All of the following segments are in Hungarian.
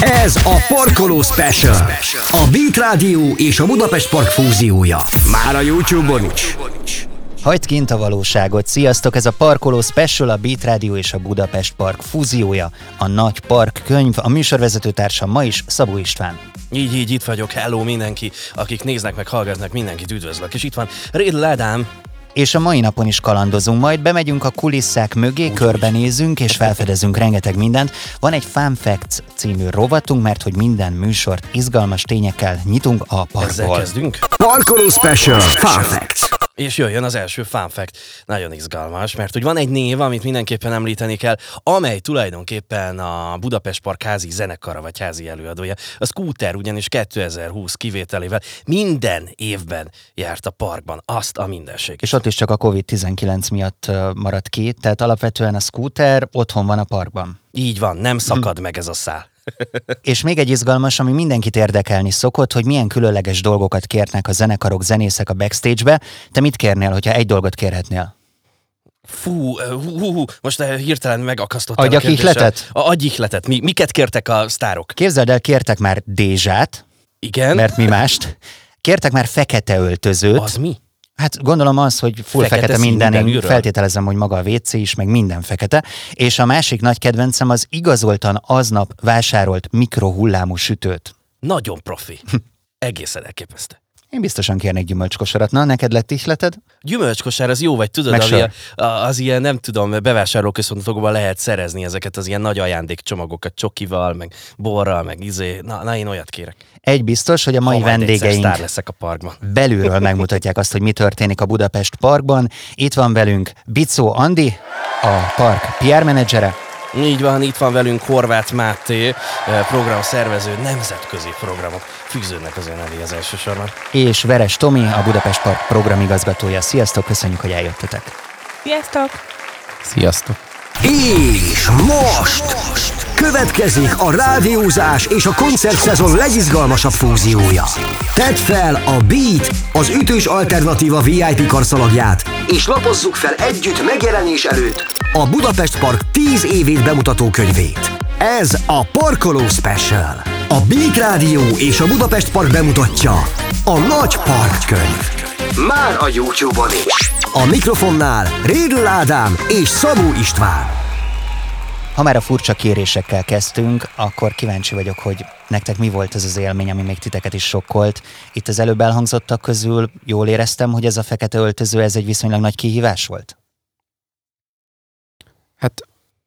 Ez a Parkoló Special. A Beat Rádió és a Budapest Park fúziója. Már a YouTube-on is. Hagyd kint a valóságot! Sziasztok! Ez a Parkoló Special, a Beat Rádió és a Budapest Park fúziója. A Nagy Park könyv, a műsorvezetőtársam ma is Szabó István. Így, itt vagyok. Hello mindenki, akik néznek meg, hallgatnak, mindenkit üdvözlök. És itt van Riddle Ádám. És a mai napon is kalandozunk, majd bemegyünk a kulisszák mögé, körbenézünk és felfedezünk rengeteg mindent. Van egy Fun Facts című rovatunk, mert hogy minden műsort izgalmas tényekkel nyitunk a parkból. Ezzel kezdünk. Parkoló Special Fun Facts. És jöjjön az első fun fact. Nagyon izgalmas, mert hogy van egy név, amit mindenképpen említeni kell, amely tulajdonképpen a Budapest Park házi zenekara vagy házi előadója. A Scooter ugyanis 2020 kivételével minden évben járt a parkban. Azt a mindenség. És ott is csak a Covid-19 miatt maradt ki, tehát alapvetően a Scooter otthon van a parkban. Így van, nem szakad meg ez a szál. És még egy izgalmas, ami mindenkit érdekelni szokott, hogy milyen különleges dolgokat kérnek a zenekarok, zenészek a backstage-be. Te mit kérnél, hogyha egy dolgot kérhetnél? Most hirtelen megakasztottál Adjak ihletet? Adj ihletet. Miket kértek a sztárok? Képzeld el, kértek már dézsát. Igen? Mert mi mást? Kértek már fekete öltözőt. Az mi? Hát gondolom az, hogy full fekete minden, én feltételezem, hogy maga a WC is, meg minden fekete. És a másik nagy kedvencem az igazoltan aznap vásárolt mikrohullámú sütőt. Nagyon profi. Egészen elképesztő. Én biztosan kérnék gyümölcskosarat. Na, neked lett ihleted? Gyümölcskosár az jó, vagy tudod, az ilyen, nem tudom, bevásárlóközpontokban lehet szerezni ezeket az ilyen nagy ajándékcsomagokat csokival, meg borral, meg Na, én olyat kérek. Egy biztos, hogy a mai vendégeink leszek a parkban. Belülről megmutatják azt, hogy mi történik a Budapest Parkban. Itt van velünk Bicó Andi, a park PR menedzsere. Így van, itt van velünk Horváth Máté, programszervező, nemzetközi programok fűződnek az ő nevéhez elsősorban. És Veres Tomi, a Budapest Park programigazgatója. Sziasztok, köszönjük, hogy eljöttetek. Sziasztok! Sziasztok! És most következik a rádiózás és a koncertszezon legizgalmasabb fúziója. Tedd fel a Beat, az ütős alternatíva VIP karszalagját, és lapozzuk fel együtt megjelenés előtt a Budapest Park 10 évét bemutató könyvét. Ez a Parkoló Special. A Beat Rádió és a Budapest Park bemutatja a Nagy Park könyv. Már a YouTube-on is. A mikrofonnál Riddle Ádám és Szabó István. Ha már a furcsa kérésekkel kezdtünk, akkor kíváncsi vagyok, hogy nektek mi volt ez az élmény, ami még titeket is sokkolt. Itt az előbb elhangzottak közül jól éreztem, hogy ez a fekete öltöző, ez egy viszonylag nagy kihívás volt? Hát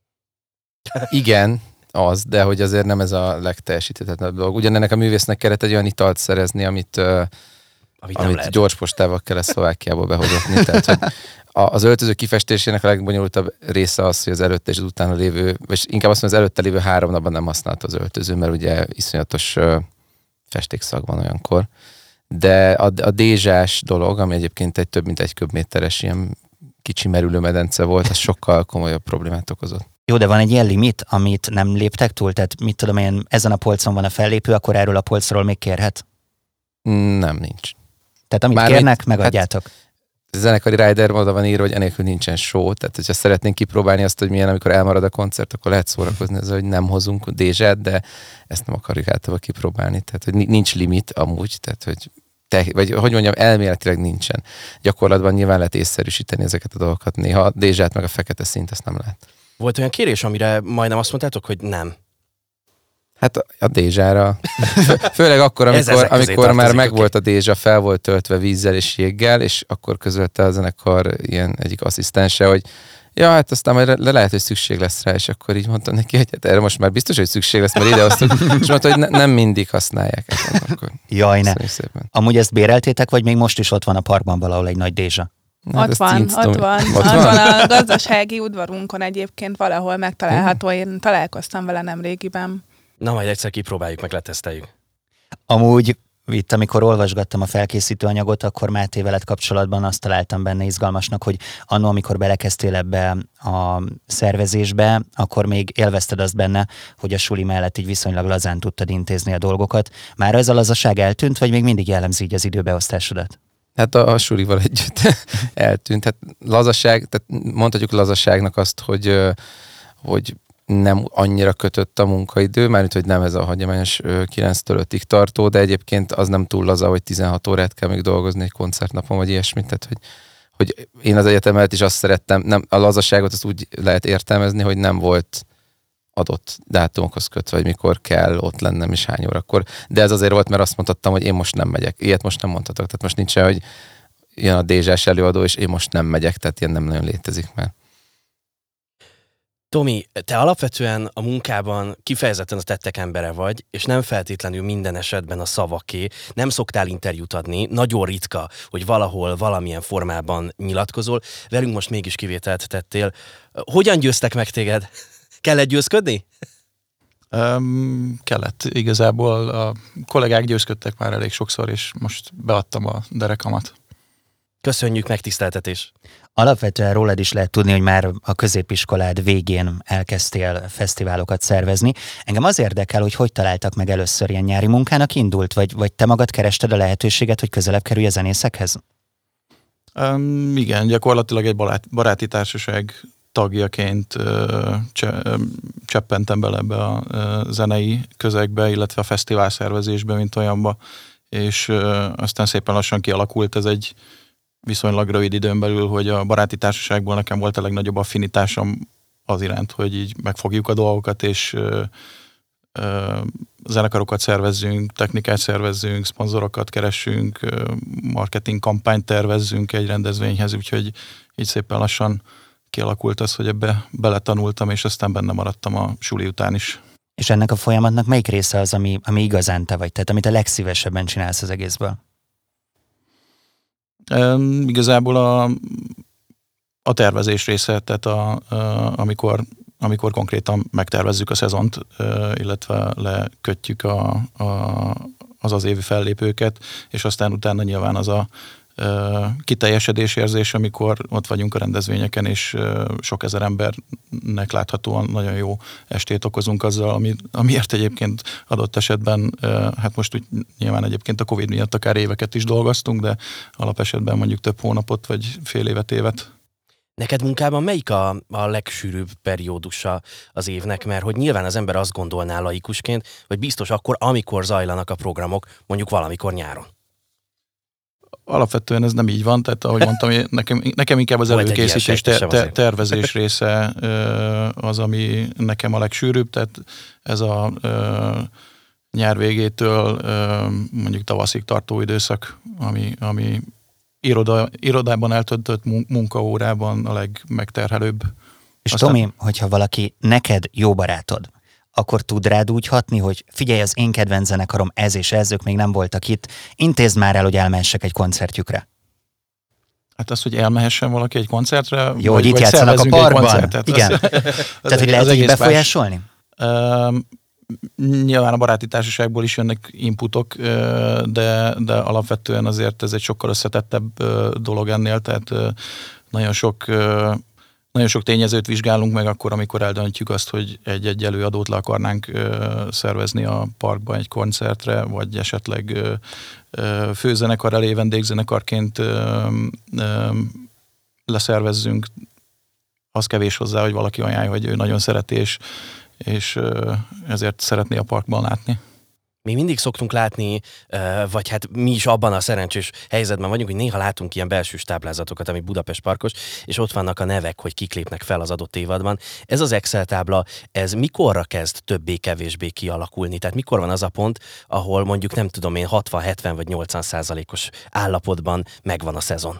igen, de hogy azért nem ez a legteljesíthetetlenebb dolog. Ugyanennek a művésznek kellett egy olyan italt szerezni, amit gyorspostával kellett Szlovákiából behozni. Tehát, hogy az öltöző kifestésének a legbonyolultabb része az, hogy az előtte és az utána lévő, vagy inkább azt mondom, az előtte lévő 3 napban nem használta az öltöző, mert ugye iszonyatos festékszag van olyankor. De a dézsás dolog, ami egyébként egy több mint 1 köbméteres ilyen kicsi merülőmedence volt, az sokkal komolyabb problémát okozott. Jó, de van egy ilyen limit, amit nem léptek túl? Tehát mit tudom én, ezen a polcon van a fellépő, akkor erről a polcról még kérhet? Nem, nincs. Tehát amit kérnek, megadjátok. Hát, a zenekari rider oda van írva, hogy enélkül nincsen show, tehát hogyha szeretnénk kipróbálni azt, hogy milyen, amikor elmarad a koncert, akkor lehet szórakozni ezzel, hogy nem hozunk dézsát, de ezt nem akarjuk általában kipróbálni. Tehát, hogy nincs limit amúgy, tehát, hogy vagy hogy mondjam, elméletileg nincsen. Gyakorlatban nyilván lehet észszerűsíteni ezeket a dolgokat. Néha a dézsát meg a fekete szint, azt nem lehet. Volt olyan kérés, amire majdnem azt mondtátok, hogy nem? Hát a dézsára. Főleg akkor, amikor már megvolt a dézsa, fel volt töltve vízzel és jéggel, és akkor közölte a zenekar ilyen egyik asszisztense, hogy ja, hát aztán majd lehet, hogy szükség lesz rá, és akkor így mondtam neki, hogy hát erre most már biztos, hogy szükség lesz, mert idehoztuk, és mondta, hogy nem mindig használják. Jaj, ne. Amúgy ezt béreltétek, vagy még most is ott van a parkban valahol egy nagy dézsa? Ott van a gazdasági udvarunkon egyébként valahol megtalálható, én találkoztam vele nemrégiben. Na, majd egyszer kipróbáljuk, meg leteszteljük. Amúgy itt, amikor olvasgattam a felkészítő anyagot, akkor Máté veled kapcsolatban azt találtam benne izgalmasnak, hogy annó, amikor belekezdtél ebbe a szervezésbe, akkor még élvezted azt benne, hogy a suli mellett így viszonylag lazán tudtad intézni a dolgokat. Már ez a lazaság eltűnt, vagy még mindig jellemzi így az időbeosztásodat? Hát a sulival együtt eltűnt. Hát lazaság, tehát mondhatjuk lazaságnak azt, hogy nem annyira kötött a munkaidő, mármint, hogy nem ez a hagyományos 9-től 5-ig tartó, de egyébként az nem túl laza, hogy 16 órát kell még dolgozni egy koncertnapon, vagy ilyesmit, tehát hogy én az egyetem mellett is azt szerettem, nem, a lazaságot azt úgy lehet értelmezni, hogy nem volt adott dátumokhoz kötve, vagy mikor kell ott lennem, és hány órakor. De ez azért volt, mert azt mondhattam, hogy én most nem megyek. Ilyet most nem mondhatok. Tehát most nincs olyan, hogy jön a Dézsás előadó, és én most nem megyek, tehát ilyen nem nagyon létezik már. Tomi, te alapvetően a munkában kifejezetten a tettek embere vagy, és nem feltétlenül minden esetben a szavaké. Nem szoktál interjút adni, nagyon ritka, hogy valahol valamilyen formában nyilatkozol. Velünk most mégis kivételt tettél. Hogyan győztek meg téged? Kellett győzködni? Kellett. Igazából a kollégák győzködtek már elég sokszor, és most beadtam a derekamat. Köszönjük, megtiszteltetés. Alapvetően rólad is lehet tudni, hogy már a középiskolád végén elkezdtél fesztiválokat szervezni. Engem az érdekel, hogy találtak meg először, ilyen nyári munkának indult, vagy te magad kerested a lehetőséget, hogy közelebb kerülj a zenészekhez? Igen, gyakorlatilag egy baráti társaság tagjaként cseppentem bele ebbe a zenei közegbe, illetve a fesztivál szervezésbe, mint olyanba, és aztán szépen lassan kialakult ez egy viszonylag rövid időn belül, hogy a baráti társaságból nekem volt a legnagyobb affinitásom az iránt, hogy így megfogjuk a dolgokat, és zenekarokat szervezzünk, technikát szervezzünk, szponzorokat keressünk, marketing kampányt tervezzünk egy rendezvényhez, úgyhogy így szépen lassan kialakult az, hogy ebbe beletanultam, és aztán benne maradtam a suli után is. És ennek a folyamatnak melyik része az, ami igazán te vagy, tehát amit a legszívesebben csinálsz az egészből? Igazából a tervezés része, tehát amikor konkrétan megtervezzük a szezont, illetve lekötjük az évi fellépőket, és aztán utána nyilván az a kiteljesedés érzés, amikor ott vagyunk a rendezvényeken, és sok ezer embernek láthatóan nagyon jó estét okozunk azzal, amiért egyébként adott esetben, hát most úgy nyilván egyébként a Covid miatt akár éveket is dolgoztunk, de alapesetben mondjuk több hónapot, vagy fél évet. Neked munkában melyik a legsűrűbb periódusa az évnek? Mert hogy nyilván az ember azt gondolná laikusként, hogy biztos akkor, amikor zajlanak a programok, mondjuk valamikor nyáron. Alapvetően ez nem így van, tehát ahogy mondtam, nekem inkább az előkészítés, tervezés része az, ami nekem a legsűrűbb, tehát ez a nyár végétől mondjuk tavaszig tartó időszak, ami irodában eltöltött munkaórában a legmegterhelőbb. És aztán... Tomi, hogyha valaki neked jó barátod, akkor tud rád úgy hatni, hogy figyelj, az én kedvenc zenekarom ez és ez, ők még nem voltak itt, intézd már el, hogy elmehessek egy koncertjükre. Hát az, hogy elmehessen valaki egy koncertre, jó, hogy itt játszanak a parkban. Igen. Tehát, hogy lehet így befolyásolni? Nyilván a baráti társaságból is jönnek inputok, de alapvetően azért ez egy sokkal összetettebb dolog ennél, tehát nagyon sok tényezőt vizsgálunk meg akkor, amikor eldöntjük azt, hogy egy előadót le akarnánk szervezni a parkban egy koncertre, vagy esetleg főzenekar elé vendégzenekarként leszervezzünk. Az kevés hozzá, hogy valaki ajánlja, hogy ő nagyon szereti, és ezért szeretné a parkban látni. Mi mindig szoktunk látni, vagy hát mi is abban a szerencsés helyzetben vagyunk, hogy néha látunk ilyen belsős táblázatokat, ami Budapest Parkos, és ott vannak a nevek, hogy kik lépnek fel az adott évadban. Ez az Excel tábla, ez mikorra kezd többé-kevésbé kialakulni? Tehát mikor van az a pont, ahol mondjuk nem tudom én 60, 70 vagy 80%-os állapotban megvan a szezon?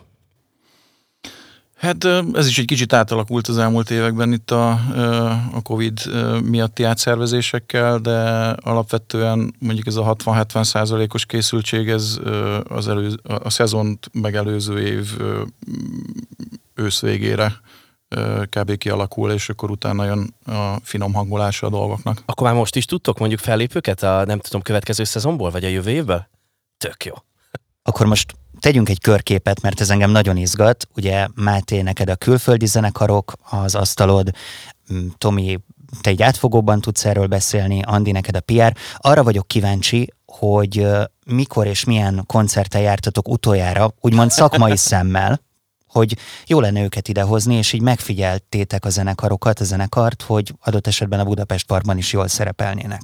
Hát ez is egy kicsit átalakult az elmúlt években itt a Covid miatti átszervezésekkel, de alapvetően mondjuk ez a 60-70%-os készültség, ez a szezont megelőző év ősz végére kb. Kialakul, és akkor utána jön a finom hangolása a dolgoknak. Akkor már most is tudtok mondjuk fellépőket a nem tudom következő szezonból, vagy a jövő évből? Tök jó. Akkor most tegyünk egy körképet, mert ez engem nagyon izgat. Ugye Máté, neked a külföldi zenekarok, az asztalod, Tomi, te egy átfogóban tudsz erről beszélni, Andi, neked a PR. Arra vagyok kíváncsi, hogy mikor és milyen koncerten jártatok utoljára, úgymond szakmai szemmel, hogy jó lenne őket idehozni, és így megfigyeltétek a zenekart, hogy adott esetben a Budapest Parkban is jól szerepelnének.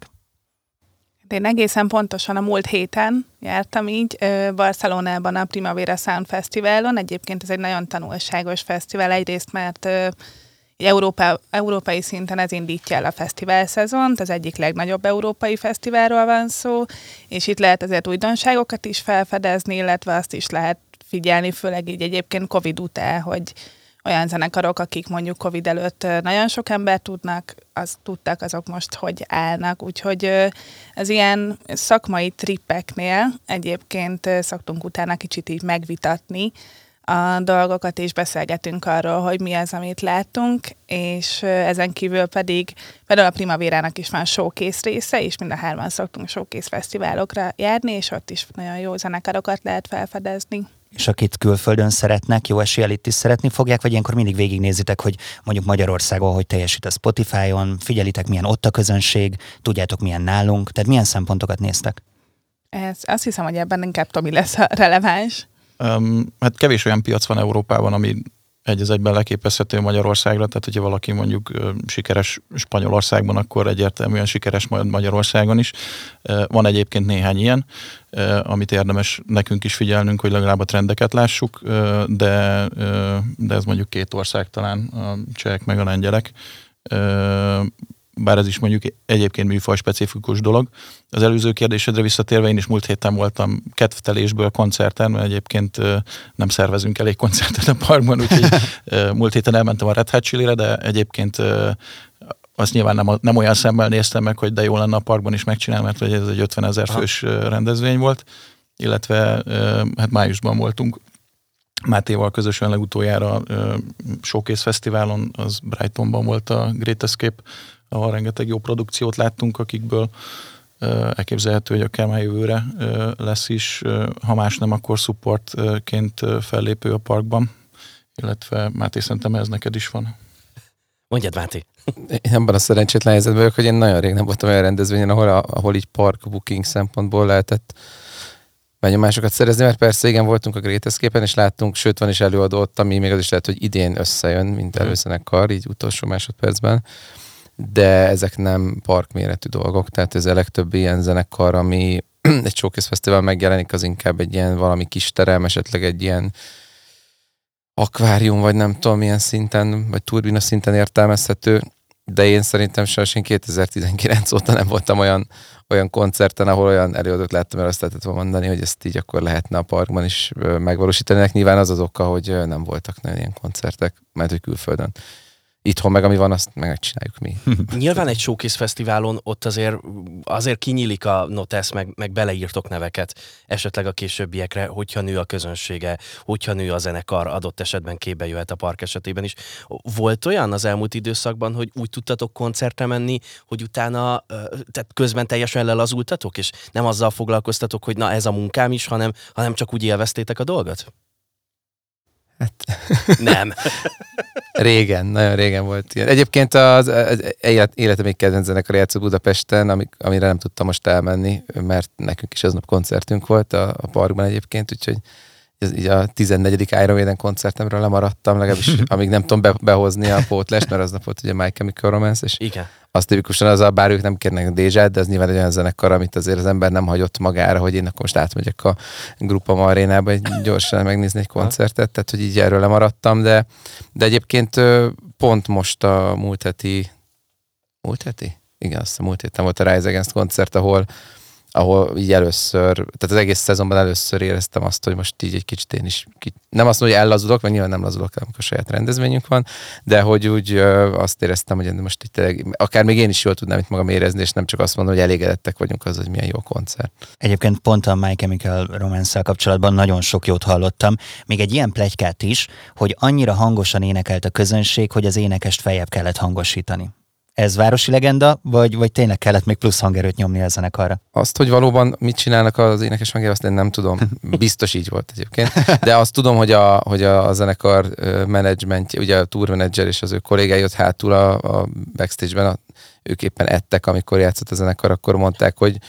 Én egészen pontosan a múlt héten jártam így Barcelonában a Primavera Sound Fesztiválon. Egyébként ez egy nagyon tanulságos fesztivál, egyrészt mert európai szinten ez indítja el a fesztivál szezont, az egyik legnagyobb európai fesztiválról van szó, és itt lehet azért újdonságokat is felfedezni, illetve azt is lehet figyelni, főleg így egyébként Covid után, hogy olyan zenekarok, akik mondjuk Covid előtt nagyon sok embert tudtak, azok most hogy állnak. Úgyhogy az ilyen szakmai trippeknél egyébként szoktunk utána kicsit így megvitatni a dolgokat, és beszélgetünk arról, hogy mi az, amit láttunk, és ezen kívül pedig például a Primavérának is van showcase része, és mind a hárman szoktunk showcase fesztiválokra járni, és ott is nagyon jó zenekarokat lehet felfedezni. És akit külföldön szeretnek, jó eséllyel itt is szeretni fogják, vagy ilyenkor mindig végignézitek, hogy mondjuk Magyarországon, hogy teljesít a Spotify-on, figyelitek, milyen ott a közönség, tudjátok, milyen nálunk, tehát milyen szempontokat néztek? Azt hiszem, hogy ebben inkább Tomi lesz a releváns. Hát kevés olyan piac van Európában, ami egy az egyben leképezhető Magyarországra, tehát hogyha valaki mondjuk sikeres Spanyolországban, akkor egyértelműen sikeres Magyarországon is. Van egyébként néhány ilyen, amit érdemes nekünk is figyelnünk, hogy legalább a trendeket lássuk, de ez mondjuk 2 ország talán, a csehek meg a lengyelek. Bár ez is mondjuk egyébként műfaj specifikus dolog. Az előző kérdésedre visszatérve, én is múlt héten voltam kedvtelésből koncerten, mert egyébként nem szervezünk elég koncertet a parkban, úgyhogy múlt héten elmentem a Red Hot Chilire, de egyébként azt nyilván nem olyan szemmel néztem meg, hogy de jó lenne a parkban is megcsinálni, mert ez egy 50 000 fős rendezvény volt, illetve hát májusban voltunk Mátéval közösen legutoljára Showcase Fesztiválon, az Brightonban volt a Great Escape, ahol rengeteg jó produkciót láttunk, akikből elképzelhető, hogy akár már jövőre lesz is, ha más nem, akkor supportként fellépő a parkban, illetve Máté, szerintem ez neked is van. Mondjad, Máté. Én abban a szerencsétlen helyzetben vagyok, hogy én nagyon rég nem voltam olyan rendezvényen, ahol így park booking szempontból lehetett benyomásokat szerezni, mert persze igen, voltunk a Great Escape-en, és láttunk, sőt van is előadó ott, ami még az is lehet, hogy idén összejön, mint előzenekar, így utolsó másodpercben, de ezek nem parkméretű dolgok, tehát ez a legtöbb ilyen zenekar, ami egy showcase fesztivál megjelenik, az inkább egy ilyen valami kis terem, esetleg egy ilyen akvárium, vagy nem tudom milyen szinten, vagy turbina szinten értelmezhető, de én szerintem sajnos 2019 óta nem voltam olyan koncerten, ahol olyan előadók láttam, mert azt lehetett mondani, hogy ezt így akkor lehetne a parkban is megvalósítani. Nyilván az oka, hogy nem voltak nagyon ilyen koncertek, mert hogy külföldön. Itthon meg, ami van, azt megcsináljuk mi. Nyilván egy showcase fesztiválon ott azért kinyílik a notesz, meg beleírtok neveket esetleg a későbbiekre, hogyha nő a közönsége, hogyha nő a zenekar, adott esetben képbe jöhet a park esetében is. Volt olyan az elmúlt időszakban, hogy úgy tudtatok koncertre menni, hogy utána tehát közben teljesen lelazultatok, és nem azzal foglalkoztatok, hogy na ez a munkám is, hanem csak úgy élveztétek a dolgot? Hát. Nem. Régen, nagyon régen volt ilyen. Egyébként az életem még kedvenc zenekar játszott Budapesten, amire nem tudtam most elmenni, mert nekünk is aznap koncertünk volt a parkban egyébként, úgyhogy így a 14. Iron Maiden koncertemről lemaradtam, legalábbis amíg nem tudom behozni a pótlást, mert aznap volt ugye My Chemical Romance, és igen. Az tipikusan az, bár ők nem kérnek Dézsát, de az nyilván egy olyan zenekar, amit azért az ember nem hagyott magára, hogy én akkor most átmegyek a Grupa arénába gyorsan megnézni egy koncertet, tehát hogy így erről lemaradtam, de egyébként pont most a múlt heti? Igen, azt a múlt héten volt a Rise Against koncert, ahol így először, tehát az egész szezonban először éreztem azt, hogy most így egy kicsit én is, nem azt mondom, hogy ellazulok, mert nyilván nem lazulok, amikor saját rendezvényünk van, de hogy úgy azt éreztem, hogy most itt tényleg, akár még én is jól tudnám itt magam érezni, és nem csak azt mondom, hogy elégedettek vagyunk az, hogy milyen jó koncert. Egyébként pont a My Chemical Romance-szel kapcsolatban nagyon sok jót hallottam, még egy ilyen pletykát is, hogy annyira hangosan énekelt a közönség, hogy az énekest feljebb kellett hangosítani. Ez városi legenda, vagy tényleg kellett még plusz hangerőt nyomni a zenekarra? Azt, hogy valóban mit csinálnak az énekes hangja, azt én nem tudom. Biztos így volt egyébként. De azt tudom, hogy a zenekar menedzsmentje, ugye a tour manager és az ő kollégái ott hátul a backstage-ben, ők éppen ettek, amikor játszott a zenekar, akkor mondták, hogy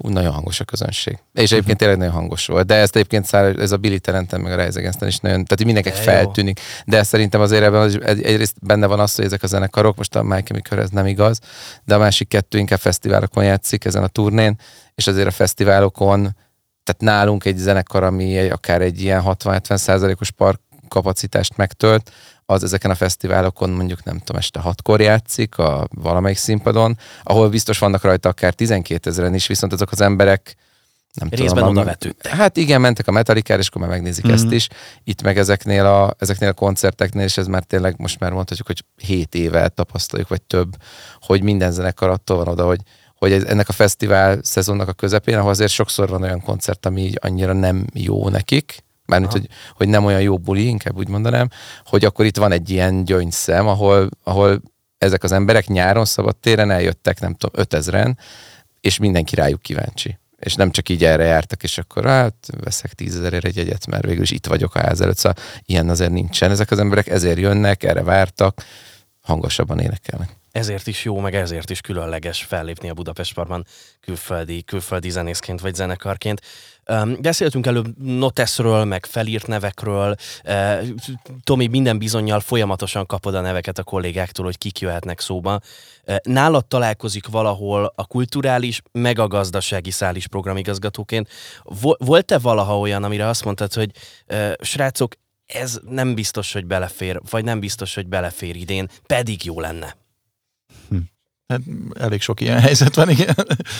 úgy nagyon hangos a közönség. És egyébként tényleg nagyon hangos volt. De ezt egyébként ez a Billy Talenten meg a Rise Against-en is nagyon, tehát mindenkinek feltűnik. De szerintem azért ebben egyrészt benne van az, hogy ezek a zenekarok, most a My Chemical ez nem igaz, de a másik kettő inkább fesztiválokon játszik ezen a turnén, és azért a fesztiválokon, tehát nálunk egy zenekar, ami akár egy ilyen 60-70%-os park kapacitást megtölt, az ezeken a fesztiválokon mondjuk nem tudom, este 6-kor játszik a valamelyik színpadon, ahol biztos vannak rajta akár 12 000-en is, viszont azok az emberek nem részben tudom, oda vetődtek. Hát igen, mentek a Metallica-ra, és akkor már megnézik ezt is. Itt meg ezeknél a koncerteknél, és ez már tényleg most már mondhatjuk, hogy 7 éve tapasztaljuk, vagy több, hogy minden zenekar attól van oda, hogy ennek a fesztivál szezonnak a közepén, ahol azért sokszor van olyan koncert, ami így annyira nem jó nekik, mármint, hogy nem olyan jó buli, inkább úgy mondanám, hogy akkor itt van egy ilyen gyöngyszem, ahol ezek az emberek nyáron szabadtéren eljöttek, nem tudom, 5000-en, és mindenki rájuk kíváncsi. És nem csak így erre jártak, és akkor hát veszek 10 000-ért egy jegyet, mert végül is itt vagyok a ház előtt, szóval ilyen azért nincsen. Ezek az emberek ezért jönnek, erre vártak, hangosabban énekelnek. Ezért is jó, meg ezért is különleges fellépni a Budapest Parkban külföldi zenészként vagy zenekarként. Beszéltünk előbb noteszről, meg felírt nevekről. Tomi, minden bizonnyal folyamatosan kapod a neveket a kollégáktól, hogy kik jöhetnek szóba. Nálad találkozik valahol a kulturális, meg a gazdasági szál is programigazgatóként. Volt-e valaha olyan, amire azt mondtad, hogy srácok, ez nem biztos, hogy belefér, vagy nem biztos, hogy belefér idén, pedig jó lenne? Hát elég sok ilyen helyzet van, igen.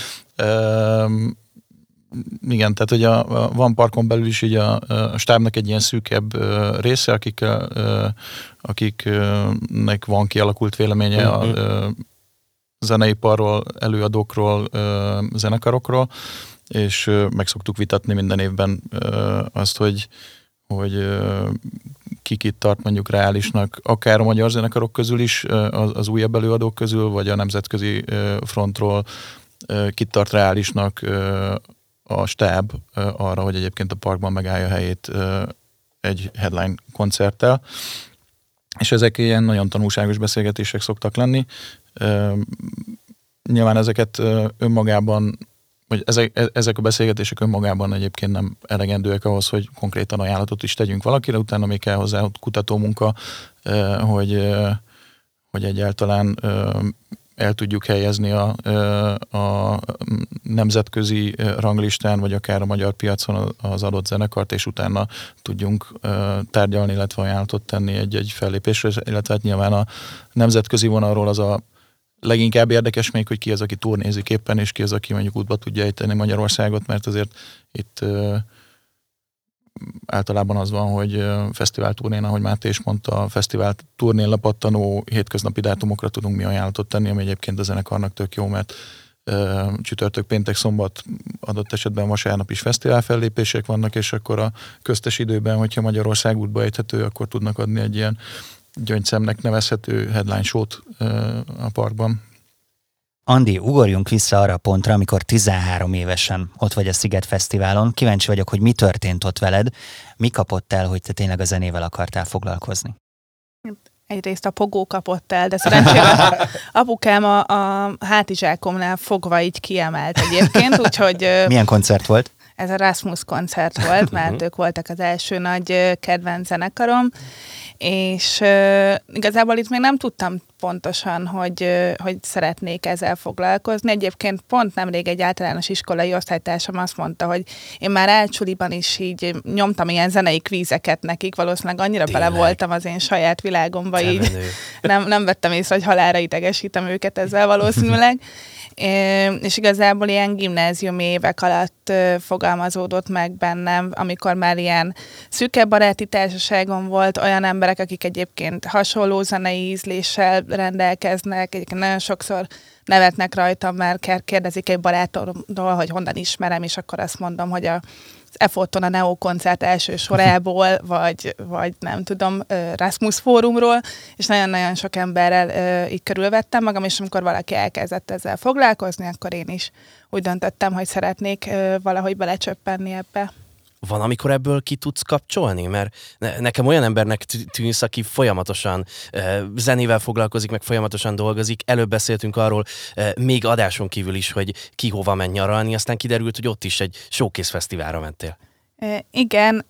Igen, tehát hogy van parkon belül is így a stábnak egy ilyen szűkebb része, akiknek van kialakult véleménye a zeneiparról, előadókról, zenekarokról, és meg szoktuk vitatni minden évben azt, hogy kik itt tart mondjuk reálisnak, akár a magyar zenekarok közül is, az újabb előadók közül, vagy a nemzetközi frontról kit tart reálisnak a stáb arra, hogy egyébként a parkban megállja helyét egy headline koncerttel. És ezek ilyen nagyon tanulságos beszélgetések szoktak lenni. Nyilván ezeket önmagában, vagy ezek a beszélgetések önmagában egyébként nem elegendőek ahhoz, hogy konkrétan ajánlatot is tegyünk valakire, utána még kell hozzá kutatómunka, hogy egyáltalán el tudjuk helyezni a nemzetközi ranglistán, vagy akár a magyar piacon az adott zenekart, és utána tudjunk tárgyalni, illetve ajánlatot tenni egy fellépésre, illetve hát nyilván a nemzetközi vonalról az a leginkább érdekes még, hogy ki az, aki turnézik éppen, és ki az, aki mondjuk útba tudja ejteni Magyarországot, mert azért itt általában az van, hogy fesztivál turnén, ahogy Máté is mondta, a fesztivál turnén lepattanó hétköznapi dátumokra tudunk mi ajánlatot tenni, ami egyébként a zenekarnak tök jó, mert csütörtök, péntek, szombat, adott esetben vasárnap is fesztivál fellépések vannak, és akkor a köztes időben, hogyha Magyarország útba ejthető, akkor tudnak adni egy ilyen gyöngyszemnek nevezhető headline show-t a parkban. Andi, ugorjunk vissza arra a pontra, amikor 13 évesen ott vagy a Sziget Fesztiválon. Kíváncsi vagyok, hogy mi történt ott veled, mi kapott el, hogy te tényleg a zenével akartál foglalkozni? Egyrészt a pogó kapott el, de szerencsére apukám a hátizsákomnál fogva így kiemelt egyébként, úgyhogy... Milyen koncert volt? Ez a Rasmus koncert volt, mert ők voltak az első nagy kedvenc zenekarom, és igazából itt még nem tudtam pontosan, hogy szeretnék ezzel foglalkozni. Egyébként pont nemrég egy általános iskolai osztálytársam azt mondta, hogy én már elcsuliban is így nyomtam ilyen zenei kvízeket nekik, valószínűleg annyira bele voltam az én saját világomba, így nem vettem észre, hogy halálra idegesítem őket ezzel valószínűleg. És igazából ilyen gimnáziumi évek alatt fogalmazódott meg bennem, amikor már ilyen szűkebb baráti társaságom volt, olyan emberek, akik egyébként hasonló zenei ízléssel rendelkeznek, egyébként nagyon sokszor nevetnek rajtam, mert kérdezik egy barátomról, hogy honnan ismerem, és akkor azt mondom, hogy az Efforton a Neo koncert első sorából, vagy nem tudom, Rasmus fórumról, és nagyon-nagyon sok emberrel így körülvettem magam, és amikor valaki elkezdett ezzel foglalkozni, akkor én is úgy döntöttem, hogy szeretnék valahogy belecsöppenni ebbe. van, amikor ebből ki tudsz kapcsolni? Mert nekem olyan embernek tűnsz, aki folyamatosan zenével foglalkozik, meg folyamatosan dolgozik. Előbb beszéltünk arról még adáson kívül is, hogy ki hova menj nyaralni, aztán kiderült, hogy ott is egy showcase fesztiválra mentél. Igen,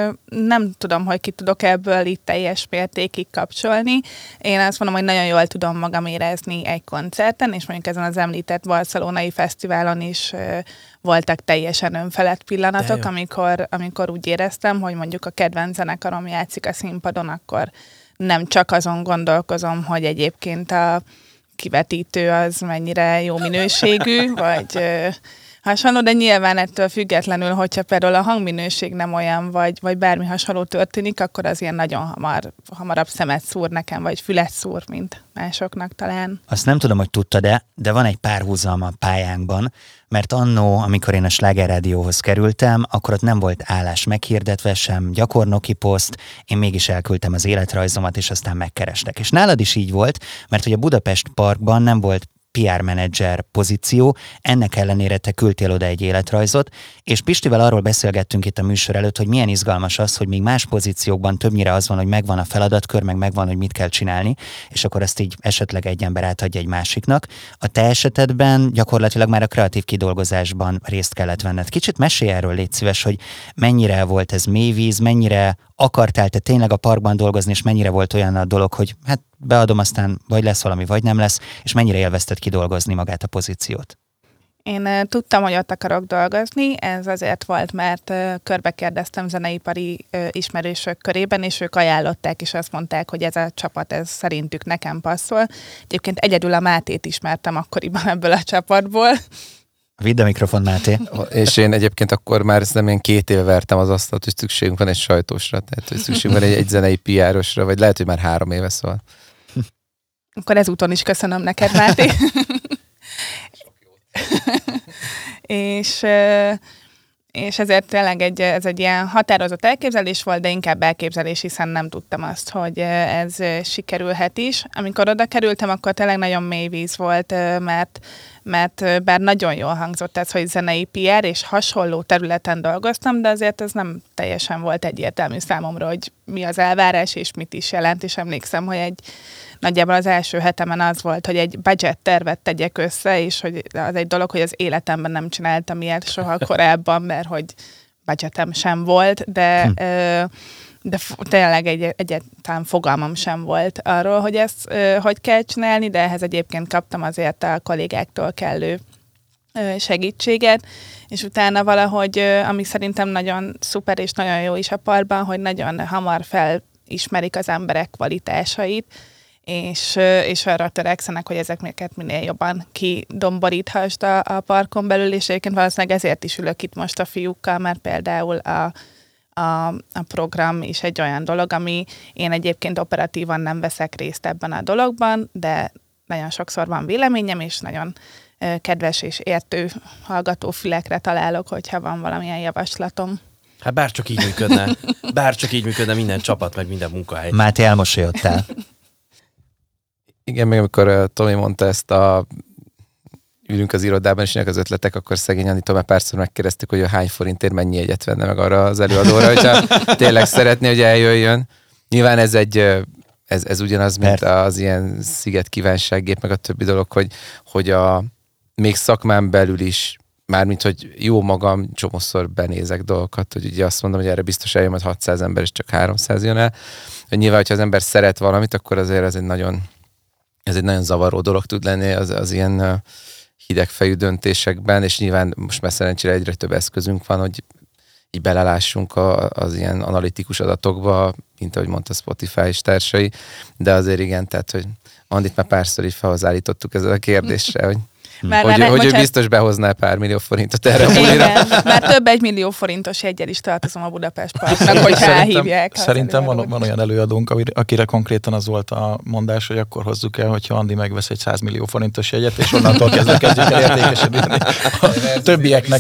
nem tudom, hogy ki tudok ebből itt teljes mértékig kapcsolni. Én azt mondom, hogy nagyon jól tudom magam érezni egy koncerten, és mondjuk ezen az említett barcelonai fesztiválon is voltak teljesen önfelett pillanatok, amikor úgy éreztem, hogy mondjuk a kedvenc zenekarom játszik a színpadon, akkor nem csak azon gondolkozom, hogy egyébként a kivetítő az mennyire jó minőségű, vagy hasonló, de nyilván ettől függetlenül, hogyha például a hangminőség nem olyan, vagy bármi hasonló történik, akkor az ilyen nagyon hamarabb szemet szúr nekem, vagy fület szúr, mint másoknak talán. Azt nem tudom, hogy tudtad-e, de van egy párhuzam a pályánkban, mert annó, amikor én a Sláger Rádióhoz kerültem, akkor ott nem volt állás meghirdetve, sem gyakornoki poszt, én mégis elküldtem az életrajzomat, és aztán megkerestek. És nálad is így volt, mert hogy a Budapest Parkban nem volt PR menedzser pozíció, ennek ellenére te küldtél oda egy életrajzot, és Pistivel arról beszélgettünk itt a műsor előtt, hogy milyen izgalmas az, hogy még más pozíciókban többnyire az van, hogy megvan a feladatkör, meg megvan, hogy mit kell csinálni, és akkor ezt így esetleg egy ember átadja egy másiknak. A te esetedben gyakorlatilag már a kreatív kidolgozásban részt kellett venned. Kicsit mesélj erről, légy szíves, hogy mennyire volt ez mélyvíz, mennyire akartál te tényleg a parkban dolgozni, és mennyire volt olyan a dolog, hogy hát beadom, aztán vagy lesz valami, vagy nem lesz, és mennyire élvezted kidolgozni magát a pozíciót? Én tudtam, hogy ott akarok dolgozni, ez azért volt, mert körbe kérdeztem zeneipari ismerősök körében, és ők ajánlották, és azt mondták, hogy ez a csapat, ez szerintük nekem passzol. Egyébként egyedül a Mátét ismertem akkoriban ebből a csapatból. Vidd a mikrofon, Máté. És én egyébként akkor már nem én 2 éve vertem az asztalt, hogy szükségünk van egy sajtósra, tehát hogy szükségünk van egy zenei PR-osra, vagy lehet, hogy már 3 éve, szóval. Akkor ezúton is köszönöm neked, Máté. és ezért tényleg ez egy ilyen határozott elképzelés volt, de inkább elképzelés, hiszen nem tudtam azt, hogy ez sikerülhet is. Amikor oda kerültem, akkor tényleg nagyon mély víz volt, mert bár nagyon jól hangzott ez, hogy zenei PR, és hasonló területen dolgoztam, de azért ez nem teljesen volt egyértelmű számomra, hogy mi az elvárás, és mit is jelent, és emlékszem, hogy nagyjából az első hetemen az volt, hogy egy budget tervet tegyek össze, és hogy az egy dolog, hogy az életemben nem csináltam ilyet soha korábban, mert hogy budgetem sem volt, de tényleg egyáltalán fogalmam sem volt arról, hogy ezt hogy kell csinálni, de ehhez egyébként kaptam azért a kollégáktól kellő segítséget, és utána valahogy, ami szerintem nagyon szuper és nagyon jó is a parkban, hogy nagyon hamar felismerik az emberek kvalitásait, és arra törekszenek, hogy ezeket minél jobban kidomboríthasd a parkon belül, és egyébként valószínűleg ezért is ülök itt most a fiúkkal, mert például a program is egy olyan dolog, ami én egyébként operatívan nem veszek részt ebben a dologban, de nagyon sokszor van véleményem, és nagyon kedves és értő hallgató fülekre találok, hogyha van valamilyen javaslatom. Hát bárcsak így működne minden csapat, meg minden munkahely. Máté, elmosolyodtál. Igen, még amikor Tomi mondta ezt ülünk az irodában, és jönnek az ötletek, akkor szegény Anitól már párszor megkérdeztük, hogy a hány forintért mennyi jegyet venne meg arra az előadóra, hogyha tényleg szeretné, hogy eljöjjön. Nyilván ez ugyanaz, mint az ilyen sziget kívánsággép, meg a többi dolog, hogy még szakmán belül is, mármint, hogy jó magam, csomószor benézek dolgokat, hogy ugye azt mondom, hogy erre biztos eljön, hogy 600 ember, és csak 300 jön el. Hogy nyilván, hogyha az ember szeret valamit, akkor azért ez egy nagyon zavaró dolog tud lenni az ilyen hidegfejű döntésekben, és nyilván most már szerencsére egyre több eszközünk van, hogy így belelássunk az ilyen analitikus adatokba, mint ahogy mondta Spotify és társai, de azért igen, tehát, hogy Andit már párszor is felhozzállítottuk ezzel a kérdésre, hogy ő biztos behozná pár millió forintot erre a bulira. Már több 1 millió forintos jeggyel is tartozom a Budapest Parknak, hogyha elhívják. Szerintem van olyan előadónk, akire konkrétan az volt a mondás, hogy akkor hozzuk el, hogyha Andi megvesz egy 100 millió forintos jegyet, és onnantól kezdjük el értékesedni a többieknek.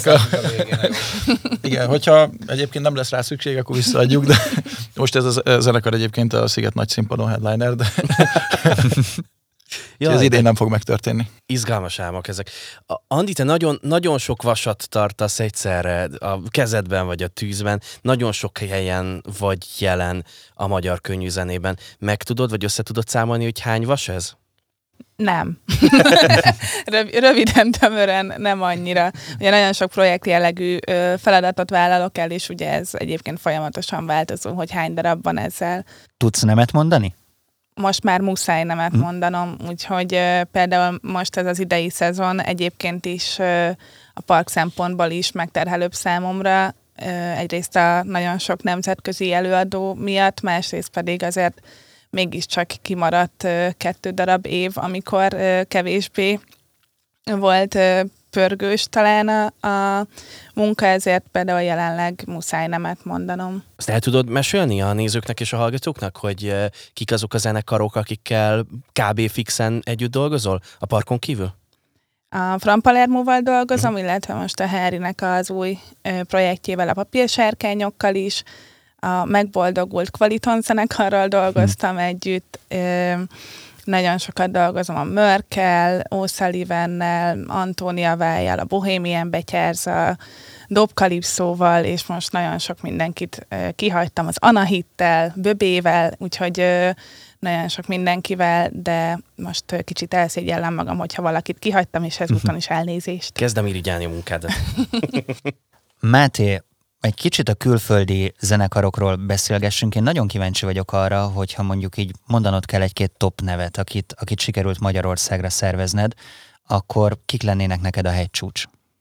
Igen, hogyha egyébként nem lesz rá szükség, akkor visszaadjuk, de most ez a zenekar egyébként a Sziget nagy színpadon headliner, de... Ez idén nem fog megtörténni. Izgalmas álmok ezek. Andi, te nagyon, nagyon sok vasat tartasz egyszerre a kezedben vagy a tűzben, nagyon sok helyen vagy jelen a magyar könnyűzenében. Meg tudod, vagy össze tudod számolni, hogy hány vas ez? Nem. Röviden, tömören nem annyira. Ugye nagyon sok projekt jellegű feladatot vállalok el, és ugye ez egyébként folyamatosan változó, hogy hány darab van ezzel. Tudsz nemet mondani? Most már muszáj nemet mondanom, úgyhogy például most ez az idei szezon egyébként is a park szempontból is megterhelőbb számomra. Egyrészt a nagyon sok nemzetközi előadó miatt, másrészt pedig azért mégiscsak kimaradt 2 darab év, amikor kevésbé volt pörgős talán a munka, ezért például jelenleg muszáj nemet mondanom. Azt el tudod mesélni a nézőknek és a hallgatóknak, hogy kik azok a zenekarok, akikkel kb. Fixen együtt dolgozol a parkon kívül? A Fran Palermóval dolgozom, illetve most a Harrynek az új projektjével, a Papírsárkányokkal is. A Megboldogult Kvaliton zenekarral dolgoztam együtt, nagyon sokat dolgozom a Mörkel, O'Sullivannel, Antónia Vájjal, a Bohemian Betyárzzal, Dob Kalipszóval, és most nagyon sok mindenkit kihagytam, az Anahittel, Böbével, úgyhogy nagyon sok mindenkivel, de most kicsit elszégyellem magam, hogyha valakit kihagytam, és ezúton is elnézést. Kezdem irigyelni a munkádat. Máté, egy kicsit a külföldi zenekarokról beszélgessünk. Én nagyon kíváncsi vagyok arra, hogyha mondjuk így mondanod kell 1-2 top nevet, akit sikerült Magyarországra szervezned, akkor kik lennének neked a hegycsúcs?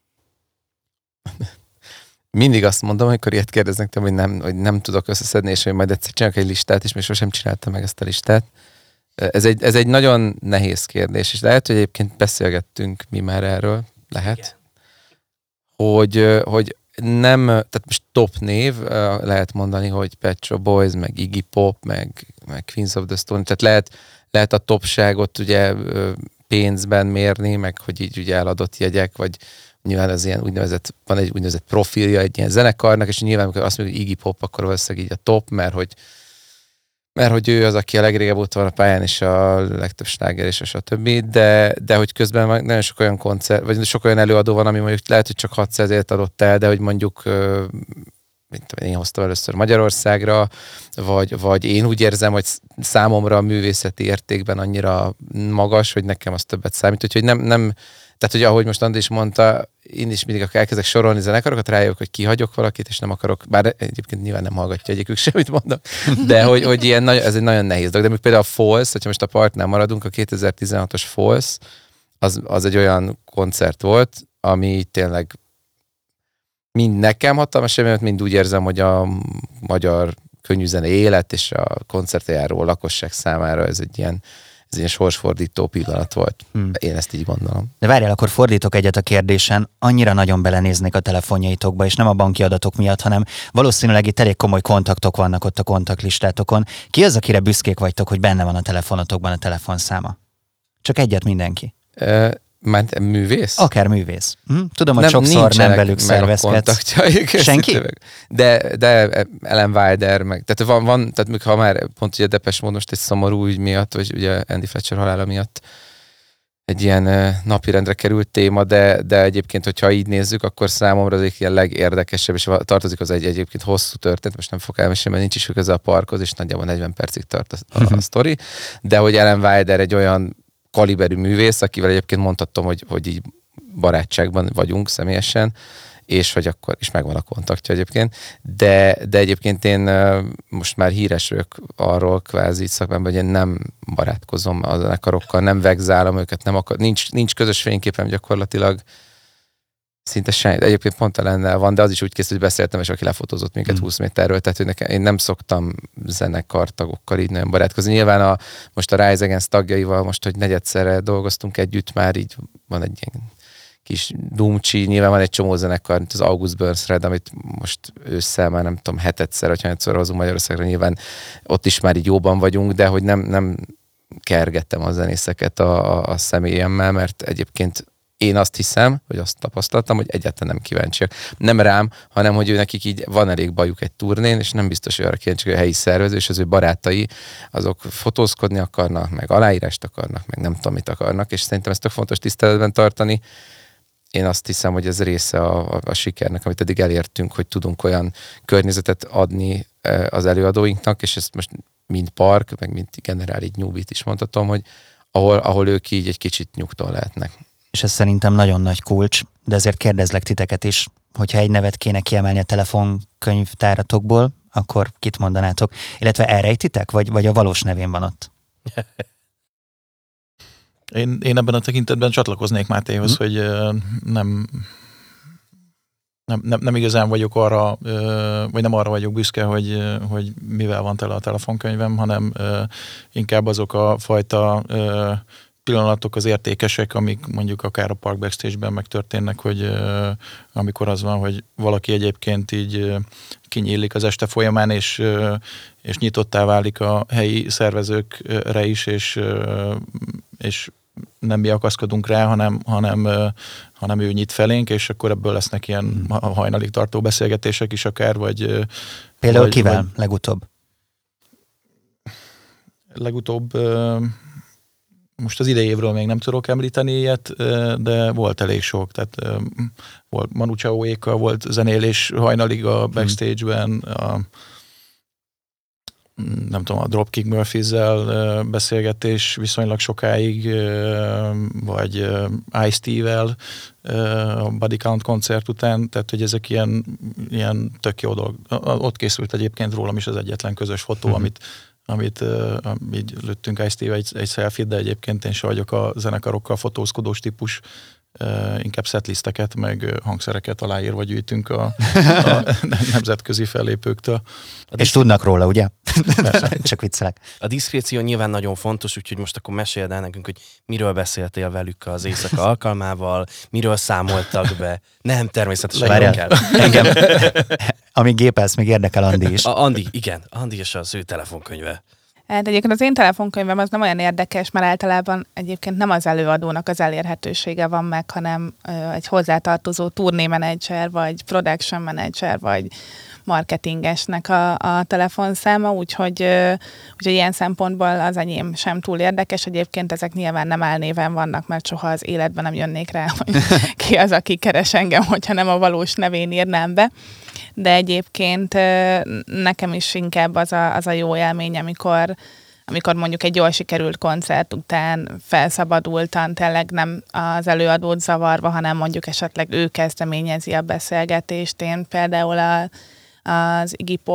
Mindig azt mondom, amikor ilyet kérdeznek tőlem, hogy nem tudok összeszedni, és hogy majd egyszer csinálok egy listát, és még sosem csináltam meg ezt a listát. Ez egy nagyon nehéz kérdés, és lehet, hogy egyébként beszélgettünk mi már erről, lehet, hogy nem, tehát most top név, lehet mondani, hogy Pet Shop Boys, meg Iggy Pop, meg Queens of the Stone, tehát lehet a topságot ugye pénzben mérni, meg hogy így ugye eladott jegyek, vagy nyilván az ilyen van egy úgynevezett profilja egy ilyen zenekarnak, és nyilván amikor azt mondjuk, hogy Iggy Pop, akkor valószínűleg így a top, mert hogy ő az, aki a legrégebb ott van a pályán, és a legtöbb sláger, és a stb. De hogy közben nagyon sok olyan koncert, vagy sok olyan előadó van, ami mondjuk lehet, hogy csak 600-ért adott el, de hogy mondjuk mint én hoztam először Magyarországra, vagy én úgy érzem, hogy számomra a művészeti értékben annyira magas, hogy nekem az többet számít, úgyhogy nem tehát, hogy ahogy most Andi is mondta, én is mindig elkezdek sorolni zenekarokat, rájövök, hogy kihagyok valakit, és nem akarok, bár egyébként nyilván nem hallgatja egyikük semmit mondom, de hogy ilyen, ez egy nagyon nehéz dolog. De még például a Falls, hogyha most a partnál maradunk, a 2016-os Falls, az egy olyan koncert volt, ami tényleg mind nekem hatalmas, mert mind úgy érzem, hogy a magyar könnyűzene élet és a koncertre járó lakosság számára ez egy ilyen sorsfordító pillanat volt. Én ezt így gondolom. De várjál, akkor fordítok egyet a kérdésen. Annyira nagyon belenéznék a telefonjaitokba, és nem a banki adatok miatt, hanem valószínűleg itt elég komoly kontaktok vannak ott a kontaktlistátokon. Ki az, akire büszkék vagytok, hogy benne van a telefonotokban a telefonszáma? Csak egyet mindenki. Már művész? Akár művész. Tudom, hogy sokszor nem velük szervezkedsz. Senki? De Ellen Wilder, tehát van, tehát ha már pont ugye Depeche Mode most egy szomorú ügy miatt, vagy ugye Andy Fletcher halála miatt egy ilyen napirendre került téma, de egyébként, hogyha így nézzük, akkor számomra az egyik ilyen legérdekesebb, és tartozik az egyébként hosszú történet, most nem fogok elmesélni, mert nincs is köze a parkhoz, és nagyjából 40 percig tart a sztori, de hogy Ellen Wilder egy olyan kaliberű művész, akivel egyébként mondhattam, hogy így barátságban vagyunk személyesen, és hogy akkor is megvan a kontaktja egyébként. De egyébként én most már híres vagyok arról kvázi szakmában, hogy én nem barátkozom a zenekarokkal, nem vegzálom őket, nincs közös fényképem gyakorlatilag. Szinte semmi. Egyébként pont Ellennel van, de az is úgy készült, hogy beszéltem, és aki lefotózott minket 20 méterről, tehát hogy én nem szoktam zenekartagokkal így nagyon barátkozni. Nyilván most a Rise Against tagjaival most, hogy negyedszerre dolgoztunk együtt, már így van egy ilyen kis dumcsi, nyilván van egy csomó zenekar, mint az August Burns Red, amit most ősszel már nem tudom, hetedszer, vagy hányadszor hozunk Magyarországra, nyilván ott is már így jóban vagyunk, de hogy nem kergettem a zenészeket a személyemmel, mert egyébként én azt hiszem, hogy azt tapasztaltam, hogy egyáltalán nem kíváncsiak. Nem rám, hanem hogy ő nekik így van elég bajuk egy turnén, és nem biztos, hogy arra kíváncsiak, hogy a helyi szervező és az ő barátai, azok fotózkodni akarnak, meg aláírást akarnak, meg nem tudom, mit akarnak, és szerintem ezt tök fontos tiszteletben tartani. Én azt hiszem, hogy ez része a sikernek, amit eddig elértünk, hogy tudunk olyan környezetet adni az előadóinknak, és ezt most mind park, meg mind generál így Nyúbit is mondhatom, hogy ahol ők így egy kicsit nyugton lehetnek. És ez szerintem nagyon nagy kulcs, de ezért kérdezlek titeket is, hogyha egy nevet kéne kiemelni a telefonkönyvtáratokból, akkor kit mondanátok? Illetve elrejtitek, vagy a valós nevén van ott? Én ebben a tekintetben csatlakoznék Mátéhoz, hogy nem igazán vagyok arra, vagy nem arra vagyok büszke, hogy mivel van tele a telefonkönyvem, hanem inkább azok a fajta pillanatok az értékesek, amik mondjuk akár a Park Backstage-ben megtörténnek, hogy amikor az van, hogy valaki egyébként így kinyílik az este folyamán, és nyitottá válik a helyi szervezőkre is, és nem mi akaszkodunk rá, hanem ő nyit felénk, és akkor ebből lesznek ilyen hajnalig tartó beszélgetések is akár, vagy... Például kivel legutóbb? Legutóbb... Most az idei évről még nem tudok említeni ilyet, de volt elég sok. Tehát volt Manu Chao-ékkal, volt zenélés hajnalig a backstage-ben, nem tudom, a Dropkick Murphys-zel beszélgetés viszonylag sokáig, vagy Ice-T-vel a Body Count koncert után, tehát hogy ezek ilyen tök jó dolog. Ott készült egyébként rólam is az egyetlen közös fotó, amit így lőttünk Ice-T-vel egy selfie-t, de egyébként én se vagyok a zenekarokkal fotózkodós típus, inkább setlisteket, meg hangszereket aláírva gyűjtünk a nemzetközi fellépőktől. És tudnak róla, ugye? Csak viccelek. A diszkréció nyilván nagyon fontos, úgyhogy most akkor meséld el nekünk, hogy miről beszéltél velük az éjszaka alkalmával, miről számoltak be. Nem, természetesen nem kell. Engem, amíg gépelsz, még érdekel Andi is. Andi, igen. Andi és az ő telefonkönyve. Hát egyébként az én telefonkönyvem az nem olyan érdekes, mert általában egyébként nem az előadónak az elérhetősége van meg, hanem egy hozzátartozó turnémenedzser, vagy production manager, vagy marketingesnek a telefonszáma, úgyhogy ilyen szempontból az enyém sem túl érdekes. Egyébként ezek nyilván nem álnéven vannak, mert soha az életben nem jönnék rá, hogy ki az, aki keres engem, hogyha nem a valós nevén írnám be. De egyébként nekem is inkább az a jó élmény, amikor mondjuk egy jól sikerült koncert után felszabadultan, tényleg nem az előadót zavarva, hanem mondjuk esetleg ő kezdeményezi a beszélgetést. Én például az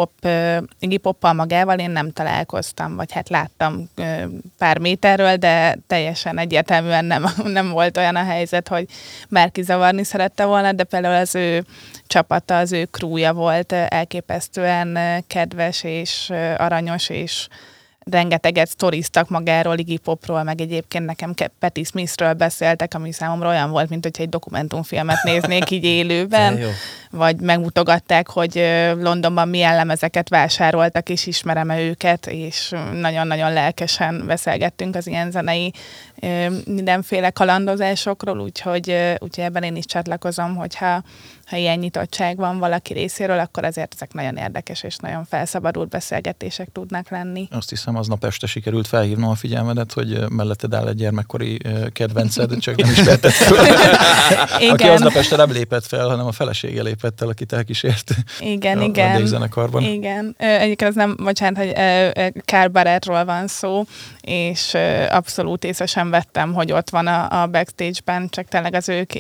Iggy Poppal magával én nem találkoztam, vagy hát láttam pár méterről, de teljesen egyértelműen nem volt olyan a helyzet, hogy bárki zavarni szerette volna, de például az ő csapata, az ő crewja volt elképesztően kedves és aranyos, és rengeteget sztoriztak magáról, Iggy Popról, meg egyébként nekem Patti Smithről beszéltek, ami számomra olyan volt, mint hogyha egy dokumentumfilmet néznék így élőben, vagy megmutogatták, hogy Londonban milyen lemezeket vásároltak, és ismerem-e őket, és nagyon-nagyon lelkesen beszélgettünk az ilyen zenei mindenféle kalandozásokról, úgyhogy ebben én is csatlakozom, hogyha ilyen nyitottság van valaki részéről, akkor azért ezek nagyon érdekes és nagyon felszabadult beszélgetések tudnak lenni. Azt hiszem, aznap este sikerült felhívnom a figyelmedet, hogy melletted áll egy gyermekkori kedvenced, csak nem is vetted fel. Aki aznap este nem lépett fel, hanem a felesége lépett el, akit elkísért. Igen. A vendégzenekarban. Igen. Egyébként az nem, bocsánat, hogy Carl Barrettról van szó, és abszolút észre sem vettem, hogy ott van a backstage-ben, csak tényleg az ők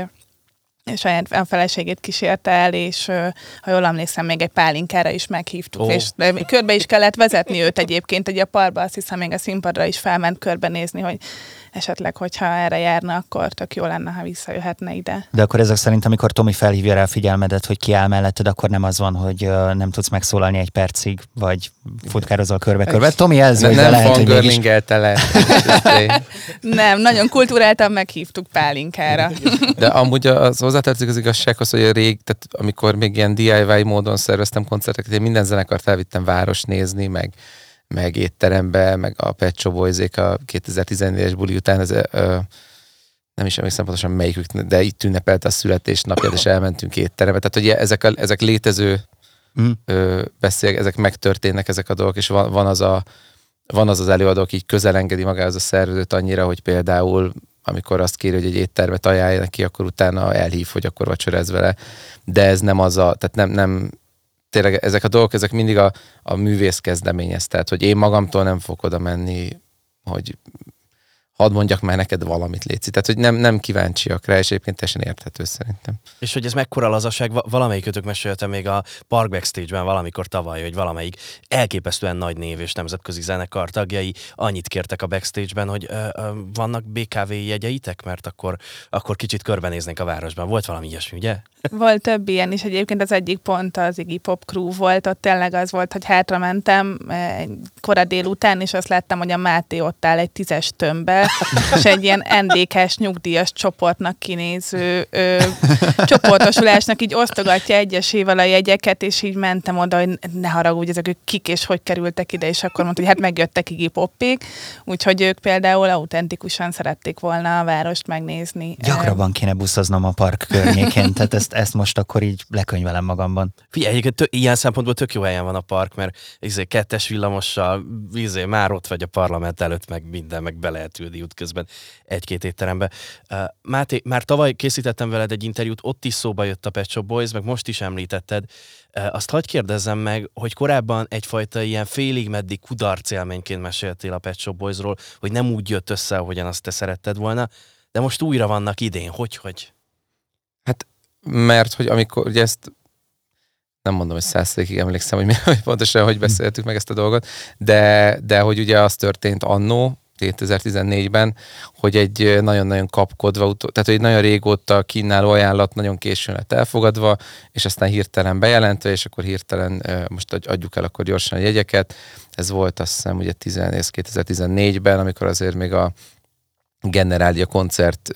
saját a feleségét kísérte el, és ha jól emlékszem, még egy pálinkára is meghívtuk, és körbe is kellett vezetni őt egyébként, egy a parba, azt hiszem, még a színpadra is felment körbenézni, hogy esetleg, hogyha erre járna, akkor tök jó lenne, ha visszajöhetne ide. De akkor ezek szerint, amikor Tomi felhívja rá a figyelmedet, hogy kiáll melletted, akkor nem az van, hogy nem tudsz megszólalni egy percig, vagy futkározol körbe-körbe. Tomi jelzi, hogy lehet, hogy mégis... Nem, nagyon kulturáltan meghívtuk pálinkára. De amúgy az hozzátartozik az igazsághoz, hogy tehát amikor még ilyen DIY módon szerveztem koncerteket, én minden zenekart elvittem város nézni, meg étterembe, meg a Pet Shop Boys-ék a 2014-es buli után, nem is emlékszem pontosan melyikük, de itt ünnepelte a születésnapját, és elmentünk étterembe. Tehát ugye ezek létező ezek megtörténnek ezek a dolgok, és van az előadó, aki így közel engedi magához a szervezőt annyira, hogy például amikor azt kéri, hogy egy éttermet ajánlja neki, akkor utána elhív, hogy akkor vacsoráz vele. De ez nem tehát nem tényleg ezek a dolgok, ezek mindig a művész kezdeményez. Tehát, hogy én magamtól nem fogok oda menni, hogy hadd mondjak már neked valamit, Léci. Tehát, hogy nem kíváncsiak rá, és egyébként teljesen érthető szerintem. És hogy ez mekkora lazaság, valamelyikötök mesélte még a Park Backstage-ben valamikor tavaly, hogy valamelyik elképesztően nagy név és nemzetközi zenekar tagjai annyit kértek a Backstage-ben, hogy vannak BKV jegyeitek, mert akkor kicsit körbenéznénk a városban. Volt valami ilyesmi, ugye? Volt több ilyen is, egyébként az egyik pont az Iggy Pop Crew volt, ott tényleg az volt, hogy hátramentem kora délután, és azt láttam, hogy a Máté ott áll egy 10-es tömbbe, és egy ilyen NDK-s nyugdíjas csoportnak kinéző csoportosulásnak így osztogatja egyesével a jegyeket, és így mentem oda, hogy ne haragudj, ezek ők kik és hogy kerültek ide, és akkor mondta, hogy hát megjöttek Iggy Poppék, úgyhogy ők például autentikusan szerették volna a várost megnézni. Gyakrabban kéne buszoznom a park környékén, tehát ezt most akkor így lekönyvelem magamban. Figyelj, ilyen szempontból tök jó helyen van a park, mert 2-es villamossal már ott vagy a parlament előtt, meg minden, meg be lehet ülni útközben egy-két étterembe. Máté, már tavaly készítettem veled egy interjút, ott is szóba jött a Pet Shop Boys, meg most is említetted. Azt hadd kérdezzem meg, hogy korábban egyfajta ilyen félig meddig kudarcélményként meséltél a Pet Shop Boysról, hogy nem úgy jött össze, ahogyan azt te szeretted volna, de most újra vannak idén. Hogy? Hát, mert hogy amikor ugye ezt nem mondom, hogy 100%-ig emlékszem, hogy pontosan hogy beszéltük meg ezt a dolgot, de hogy ugye az történt annó, 2014-ben, hogy egy nagyon-nagyon kapkodva, tehát hogy egy nagyon régóta kínáló ajánlat nagyon későn lett elfogadva, és aztán hirtelen bejelentve, és akkor hirtelen most adjuk el akkor gyorsan a jegyeket. Ez volt azt hiszem ugye 2014-ben, amikor azért még a Generalia koncert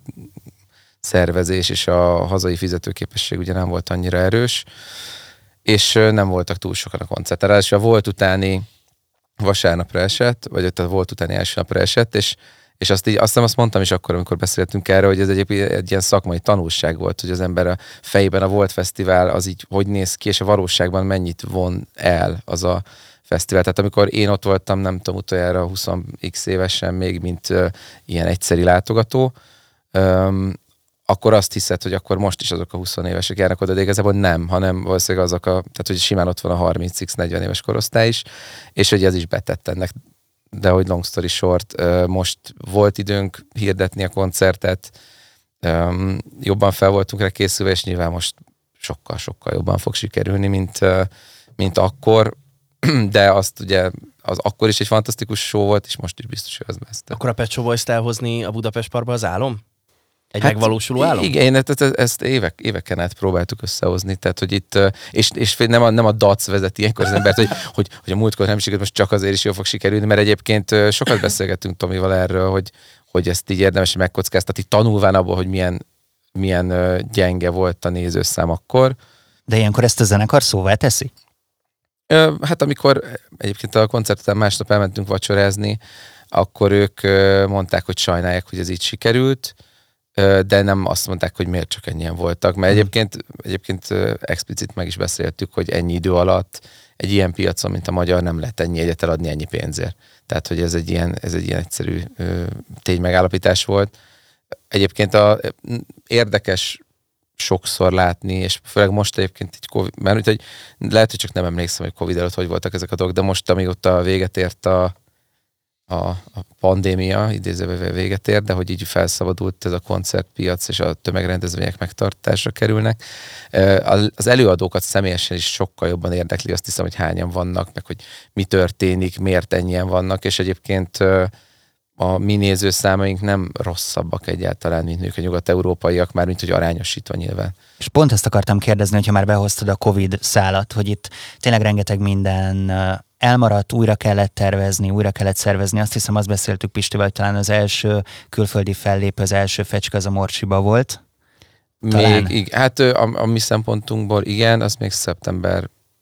szervezés és a hazai fizetőképesség ugye nem volt annyira erős, és nem voltak túl sokan a koncerten. Ráadásul a volt utáni vasárnapra esett, vagy ott a volt utáni első napra esett, és azt mondtam is akkor, amikor beszéltünk erről, hogy ez egy ilyen szakmai tanulság volt, hogy az ember a fejében a Volt Fesztivál az így hogy néz ki, és a valóságban mennyit von el az a fesztivál. Tehát amikor én ott voltam, nem tudom, utoljára 20x évesen még, mint ilyen egyszeri látogató, akkor azt hiszed, hogy akkor most is azok a 20 évesek járnak oda, de igazából nem, hanem valószínűleg azok tehát hogy simán ott van a 30x40 éves korosztály is, és hogy ez is betett ennek. De hogy long story short, most volt időnk hirdetni a koncertet, jobban fel voltunk rá készülve, és nyilván most sokkal jobban fog sikerülni, mint akkor, de azt ugye az akkor is egy fantasztikus show volt, és most is biztos, hogy az lesz. Akkor a Pet Shop Boys-t elhozni a Budapest Parkba az álom? Egy megvalósuló álom? Igen, ezt éveken át próbáltuk összehozni, tehát hogy itt, és nem a DAC vezeti ilyenkor az embert, hogy a múltkor nem sikerült, most csak azért is jól fog sikerülni, mert egyébként sokat beszélgettünk Tomival erről, hogy ezt így érdemes megkockáztatni, tanulván abból, hogy milyen gyenge volt a nézőszám akkor. De ilyenkor ezt a zenekar szóvá teszi? Hát amikor egyébként a koncert után másnap elmentünk vacsorázni, akkor ők mondták, hogy sajnálják, hogy ez így sikerült, de nem azt mondták, hogy miért csak ennyien voltak, mert egyébként explicit meg is beszéltük, hogy ennyi idő alatt egy ilyen piacon, mint a magyar, nem lehet ennyi jegyet eladni ennyi pénzért. Tehát, hogy ez egy ilyen egyszerű ténymegállapítás volt. Egyébként érdekes sokszor látni, és főleg most egyébként így Covid, mert hogy lehet, hogy csak nem emlékszem, hogy Covid előtt hogy voltak ezek a dolgok, de most, amióta véget ért a pandémia, idézőben véget ér, de hogy így felszabadult ez a koncertpiac, és a tömegrendezvények megtartásra kerülnek. Az előadókat személyesen is sokkal jobban érdekli, azt hiszem, hogy hányan vannak, meg hogy mi történik, miért ennyien vannak, és egyébként a mi nézőszámaink nem rosszabbak egyáltalán, mint mondjuk a nyugat-európaiak, már mint hogy arányosítva nyilván. És pont ezt akartam kérdezni, hogyha már behoztad a Covid szálat, hogy itt tényleg rengeteg minden elmaradt, újra kellett tervezni, újra kellett szervezni. Azt hiszem, azt beszéltük Pistivel, hogy talán az első külföldi fellépő, az első fecske az a Morcsiba volt. Hát a mi szempontunkból igen, az még szeptember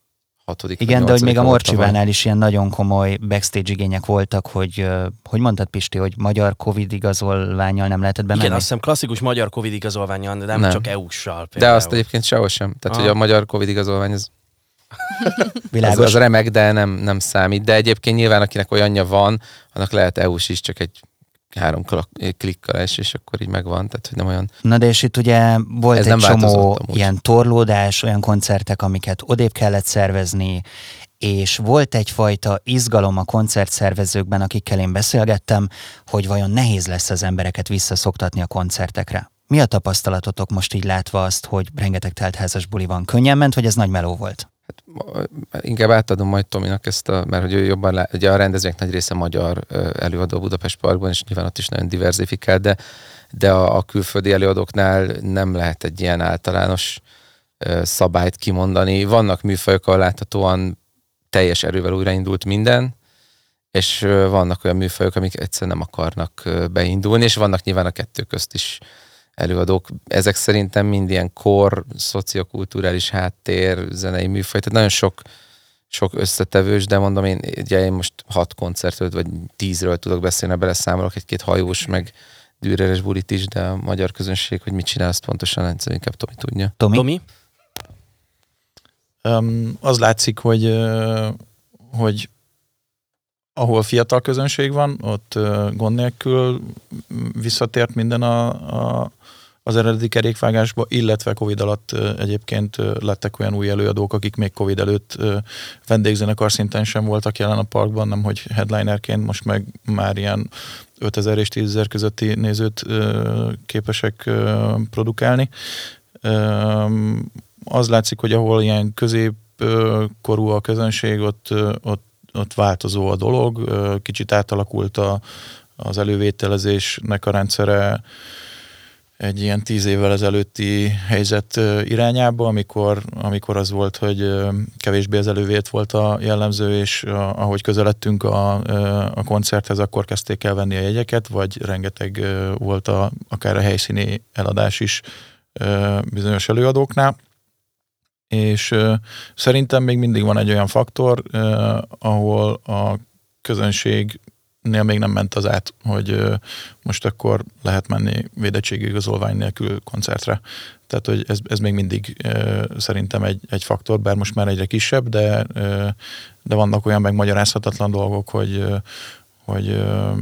hatodik. Igen, de hogy még a volt tavaly. Morcsivánál is ilyen nagyon komoly backstage igények voltak, hogy mondtad, Pisti, hogy magyar Covid igazolvánnyal nem lehetett bemenni? Igen, azt hiszem klasszikus magyar Covid igazolványon, de nem csak EU-ssal. De azt egyébként sehol sem. Tehát, hogy a magyar Covid igazolvány az világos. Az remek, de nem számít. De egyébként nyilván, akinek olyanja van, annak lehet EU-s is, csak egy 3 klikkal és akkor így megvan, tehát hogy nem olyan... Na de és itt ugye volt ez egy csomó amúgy. ilyen torlódás, olyan koncertek, amiket odébb kellett szervezni, és volt egyfajta izgalom a koncertszervezőkben, akikkel én beszélgettem, hogy vajon nehéz lesz az embereket visszaszoktatni a koncertekre. Mi a tapasztalatotok most így látva azt, hogy rengeteg teltházas buli van? Könnyen ment, vagy ez nagy meló volt? Inkább átadom majd Tominak ezt, mert hogy ő jobban ugye a rendezvények nagy része magyar előadó Budapest Parkban, és nyilván ott is nagyon diversifikált, de a külföldi előadóknál nem lehet egy ilyen általános szabályt kimondani. Vannak műfajok, ahol láthatóan teljes erővel újraindult minden, és vannak olyan műfajok, amik egyszerűen nem akarnak beindulni, és vannak nyilván a kettő közt is előadók. Ezek szerintem mind ilyen kor, szociokulturális háttér, zenei műfaj, tehát nagyon sok összetevős, de mondom, én most 6 koncertről, vagy 10-ről tudok beszélni, beleszámolok egy-két hajós, meg dűreres bulit is, de a magyar közönség, hogy mit csinál, azt pontosan egyszerűen inkább Tomi tudja. Tomi? Az látszik, hogy ahol fiatal közönség van, ott gond nélkül visszatért minden az eredeti kerékvágásba, illetve Covid alatt egyébként lettek olyan új előadók, akik még Covid előtt vendégzenekar szinten sem voltak jelen a parkban, nemhogy headlinerként, most meg már ilyen 5000 és 10 000 közötti nézőt képesek produkálni. Az látszik, hogy ahol ilyen középkorú a közönség, ott változó a dolog, kicsit átalakult az elővételezésnek a rendszere egy ilyen 10 évvel ezelőtti helyzet irányába, amikor az volt, hogy kevésbé az elővét volt a jellemző, és ahogy közeledtünk a koncerthez, akkor kezdték el venni a jegyeket, vagy rengeteg volt akár a helyszíni eladás is bizonyos előadóknál. És szerintem még mindig van egy olyan faktor, ahol a közönségnél még nem ment az át, hogy most akkor lehet menni védettségigazolvány nélkül koncertre. Tehát, hogy ez még mindig szerintem egy faktor, bár most már egyre kisebb, de vannak olyan megmagyarázhatatlan dolgok, hogy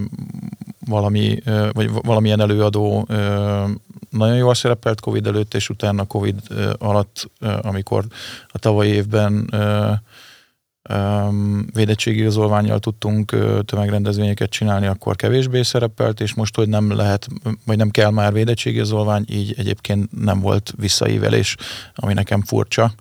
valamilyen előadó nagyon jól szerepelt Covid előtt, és utána Covid alatt, amikor a tavalyi évben védettségigazolvánnyal tudtunk tömegrendezvényeket csinálni, akkor kevésbé szerepelt, és most, hogy nem lehet, vagy nem kell már védettségigazolvány, így egyébként nem volt visszaívelés, ami nekem furcsa.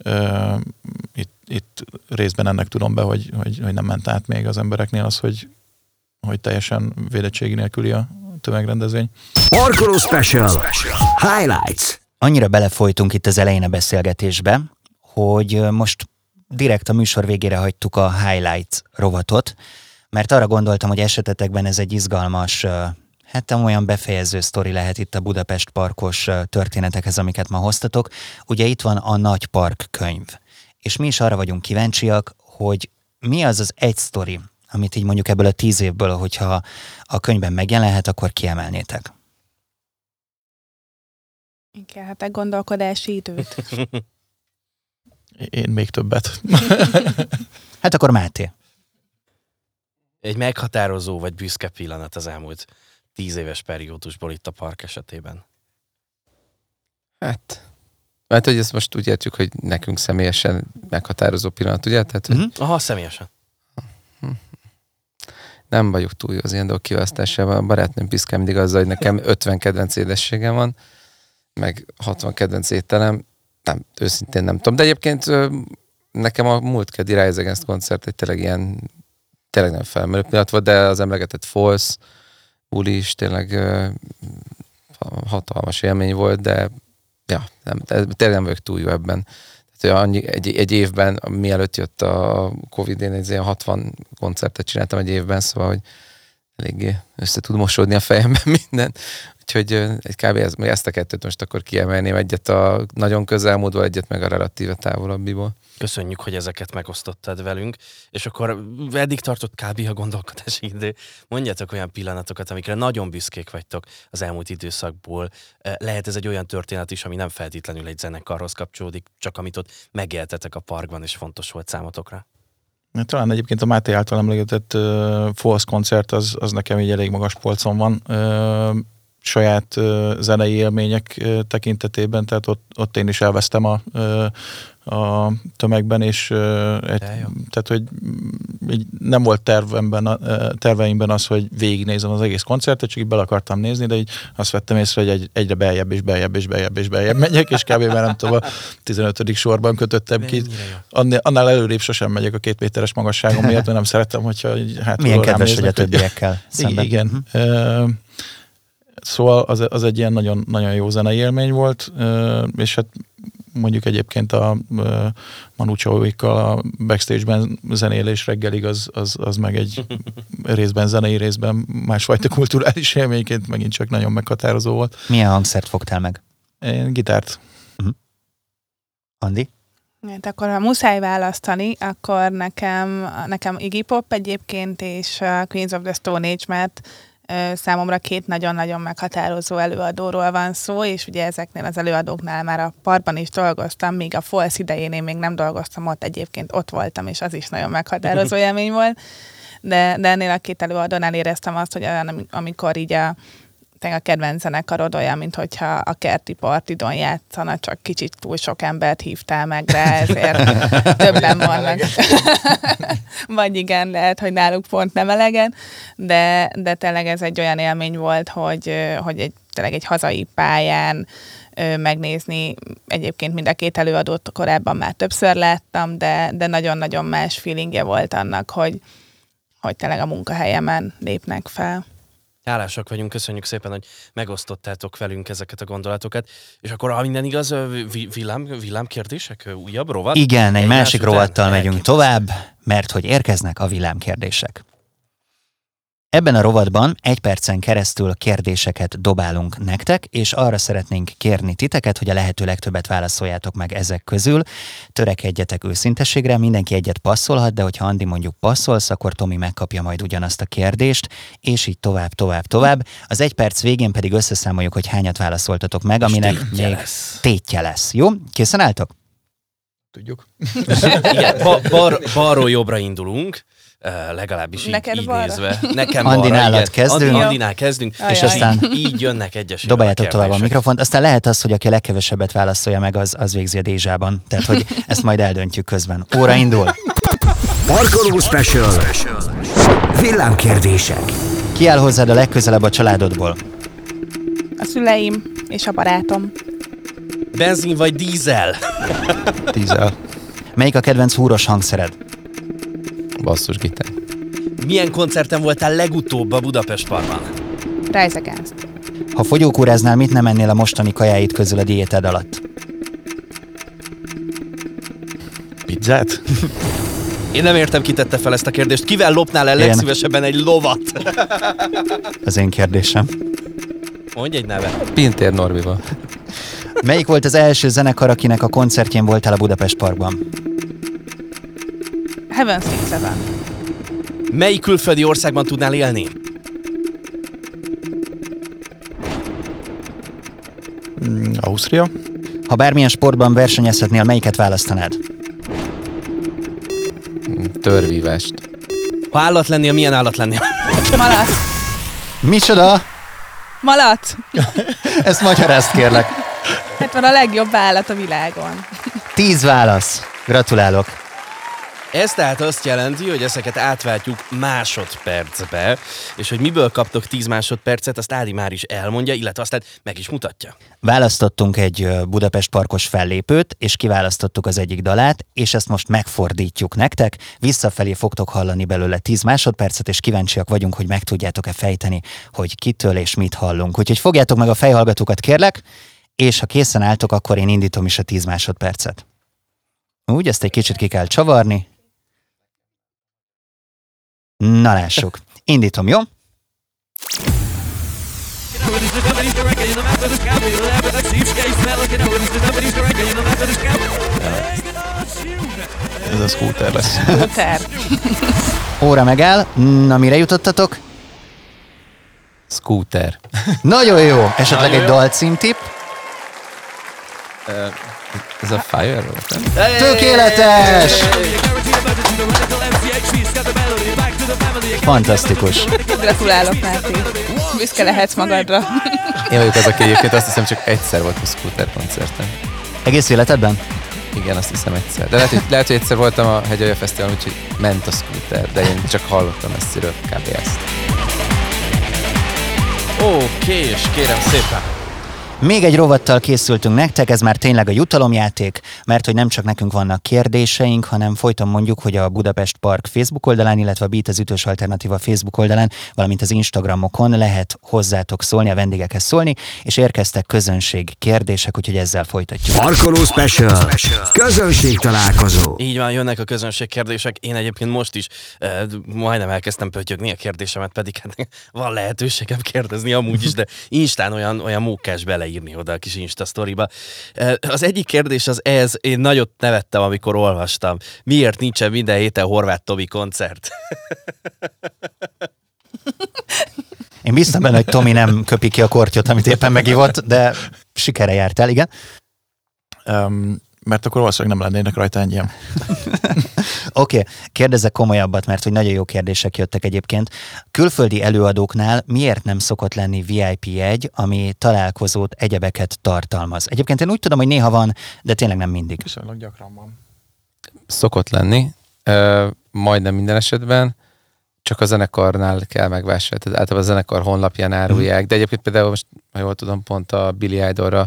Itt részben ennek tudom be, hogy nem ment át még az embereknél az, hogy teljesen védettségi nélküli a tömegrendezvény. Parkoló Special Highlights. Annyira belefolytunk itt az elején a beszélgetésbe, hogy most direkt a műsor végére hagytuk a Highlights rovatot, mert arra gondoltam, hogy esetetekben ez egy izgalmas, olyan befejező sztori lehet itt a Budapest parkos történetekhez, amiket ma hoztatok. Ugye itt van a Nagy Park könyv, és mi is arra vagyunk kíváncsiak, hogy mi az egy sztori, amit így mondjuk ebből a 10 évből, hogyha a könyvben megjelenhet, akkor kiemelnétek. Igen, hát gondolkodási időt. Én még többet. Hát akkor Máté. Egy meghatározó vagy büszke pillanat az elmúlt 10 éves periódusból itt a park esetében. Hát, mert hogy ezt most úgy értjük, hogy nekünk személyesen meghatározó pillanat, ugye? Tehát, Aha, személyesen. Nem vagyok túl jó az ilyen dolgok kiválasztásában. A barátnőm piszkál mindig azzal, hogy nekem 50 kedvenc édességem van, meg 60 kedvenc ételem. Nem, őszintén nem tudom. De egyébként nekem a múlt keddi Rise Against koncert egy tényleg nem felmerő pillanat volt, de az emlegetett Falls buli is tényleg hatalmas élmény volt, de ja, tényleg nem vagyok túl jó ebben. Tehát, egy évben, mielőtt jött a Covid, én egy 60 koncertet csináltam egy évben, szóval, hogy eléggé össze tud mosódni a fejemben minden. Úgyhogy egy kb. Ezt a kettőt most akkor kiemelném, egyet a nagyon közelmúltból, egyet meg a relatíve távolabbiból. Köszönjük, hogy ezeket megosztottad velünk, és akkor eddig tartott kb. A gondolkodási idő. Mondjatok olyan pillanatokat, amikre nagyon büszkék vagytok az elmúlt időszakból. Lehet ez egy olyan történet is, ami nem feltétlenül egy zenekarhoz kapcsolódik, csak amit ott megéltetek a parkban, és fontos volt számotokra. Talán egyébként a Máté által emlegetett Falls koncert az nekem így elég magas polcon van. Saját zenei élmények tekintetében, tehát ott én is elvesztem a tömegben, és tehát, hogy nem volt terveimben az, hogy végignézem az egész koncertet, csak így bele akartam nézni, de így azt vettem észre, hogy egyre beljebb és beljebb megyek, és kb. Már nem tudom, a 15. sorban kötöttem ki. Annál előrébb sosem megyek a 2 méteres magasságom miatt, mert nem szeretem, hogyha milyen kedves, hogy a többiekkel szemben. Igen. Szóval az egy ilyen nagyon, nagyon jó zenei élmény volt, és hát mondjuk egyébként a Manu Chao-ikkal a backstage-ben zenélés reggelig az meg egy részben zenei, részben másfajta kulturális élményként megint csak nagyon meghatározó volt. Milyen hangszert fogtál meg? Én gitárt. Andi? Hát akkor ha muszáj választani, akkor nekem Iggy Pop egyébként, és Queens of the Stone Age, mert számomra 2 nagyon-nagyon meghatározó előadóról van szó, és ugye ezeknél az előadóknál már a parkban is dolgoztam, míg a Falls idején én még nem dolgoztam ott, egyébként ott voltam, és az is nagyon meghatározó élmény volt, de ennél a 2 előadónál éreztem azt, hogy amikor így a kedvenc zenekarod olyan, mint hogyha a kerti partidon játszana, csak kicsit túl sok embert hívtál meg, de ezért többen vannak. Vagy igen, lehet, hogy náluk pont nem elegen, de tényleg ez egy olyan élmény volt, hogy tényleg egy hazai pályán megnézni. Egyébként mind a 2 előadót korábban már többször láttam, de nagyon-nagyon más feelingje volt annak, hogy tényleg a munkahelyemen lépnek fel. Hálásak vagyunk, köszönjük szépen, hogy megosztottátok velünk ezeket a gondolatokat. És akkor, ha minden igaz, villámkérdések? Újabb rovat? Igen, egy másik rovattal megyünk tovább, mert hogy érkeznek a villámkérdések. Ebben a rovatban 1 percen keresztül kérdéseket dobálunk nektek, és arra szeretnénk kérni titeket, hogy a lehető legtöbbet válaszoljátok meg ezek közül. Törekedjetek őszintességre, mindenki egyet passzolhat, de hogyha Andi mondjuk passzolsz, akkor Tomi megkapja majd ugyanazt a kérdést, és így tovább. Az 1 perc végén pedig összeszámoljuk, hogy hányat válaszoltatok meg, aminek még tétje lesz. Jó? Készen álltok? Tudjuk. Igen, balról jobbra indulunk. Legalábbis így nézve. Nekem Andinál kezdünk. Andinál kezdünk, és aztán így jönnek egyesével. Dobáljátok tovább a mikrofont. Aztán lehet az, hogy aki a legkevesebbet válaszolja meg, az végzi a dézsában. Tehát, hogy ezt majd eldöntjük közben. Óra indul. Parkoló Special. Villámkérdések. Ki áll hozzád a legközelebb a családodból? A szüleim és a barátom. Benzin vagy dízel? Dízel. Melyik a kedvenc húros hangszered? Basszusgitár. Milyen koncerten voltál legutóbb a Budapest Parkban? Rise Against. Ha fogyókúráznál, mit nem ennél a mostani kajáid közül a diéted alatt? Pizzát? Én nem értem, ki tette fel ezt a kérdést. Kivel lopnál el legszívesebben egy lovat? Az én kérdésem. Mondj egy neve. Pintér Norbival. Melyik volt az első zenekar, akinek a koncertjén voltál a Budapest Parkban? Heaven 6-7. Melyik külföldi országban tudnál élni? Ausztria. Ha bármilyen sportban versenyezhetnél, melyiket választanád? Törvívást. Ha állat lennél, milyen állat lennél? Malac. Micsoda? Malac. Ezt magyarázd, kérlek. Hát van a legjobb állat a világon. 10 válasz. Gratulálok. Ez tehát azt jelenti, hogy ezeket átváltjuk másodpercbe, és hogy miből kaptok 10 másodpercet, azt Ádi már is elmondja, illetve aztán meg is mutatja. Választottunk egy Budapest Parkos fellépőt, és kiválasztottuk az egyik dalát, és ezt most megfordítjuk nektek. Visszafelé fogtok hallani belőle 10 másodpercet, és kíváncsiak vagyunk, hogy meg tudjátok-e fejteni, hogy kitől és mit hallunk. Úgyhogy fogjátok meg a fejhallgatókat, kérlek, és ha készen álltok, akkor én indítom is a 10 másodpercet. Úgy, ezt egy kicsit ki kell csavarni. Na lássuk. Indítom, jó? Ez a scooter lesz. Scooter. Óra megáll. Na, mire jutottatok? Scooter. Nagyon jó. Esetleg egy dalcímtipp? Ez a Fire volt? Tökéletes! Fantasztikus. Gratulálok, Máté. Büszke lehetsz magadra. Én vagyok az, aki egyébként azt hiszem csak egyszer volt a Scooter koncerten. Egész életedben? Igen, azt hiszem egyszer. De lehet, hogy egyszer voltam a Hegyalja Fesztiválon, úgyhogy ment a Scooter, de én csak hallottam messziről kb. Ezt. Oké, és kérem szépen. Még egy rovattal készültünk nektek, ez már tényleg a jutalomjáték, mert hogy nem csak nekünk vannak kérdéseink, hanem folyton mondjuk, hogy a Budapest Park Facebook oldalán, illetve a Beat az ütős alternatíva Facebook oldalán, valamint az Instagramokon lehet hozzátok szólni, a vendégekhez szólni, és érkeztek közönség kérdések, úgyhogy ezzel folytatjuk. Parkoló Special. Közönség találkozó. Így van, jönnek a közönség kérdések. Én egyébként most is majdnem elkezdtem pöttyögni a kérdésemet, pedig hát van lehetőségem kérdezni amúgy is, de Instán olyan mókás beleírni oda a kis Insta sztoriba. Az egyik kérdés az ez, én nagyot nevettem, amikor olvastam. Miért nincsen minden héten Horváth Tomi koncert? Én biztos benne, hogy Tomi nem köpi ki a kortyot, amit éppen megivott, de sikere járt el, igen. Mert akkor valószínűleg nem lennének rajta ennyien. Oké, kérdezzek komolyabbat, mert hogy nagyon jó kérdések jöttek egyébként. Külföldi előadóknál miért nem szokott lenni VIP jegy, ami találkozót, egyebeket tartalmaz? Egyébként én úgy tudom, hogy néha van, de tényleg nem mindig. Viszonylag gyakran van. Szokott lenni, majdnem minden esetben, csak a zenekarnál kell megvásárolni. Tehát általában a zenekar honlapján árulják, de egyébként például most, ha jól tudom, pont a Billy Idolra,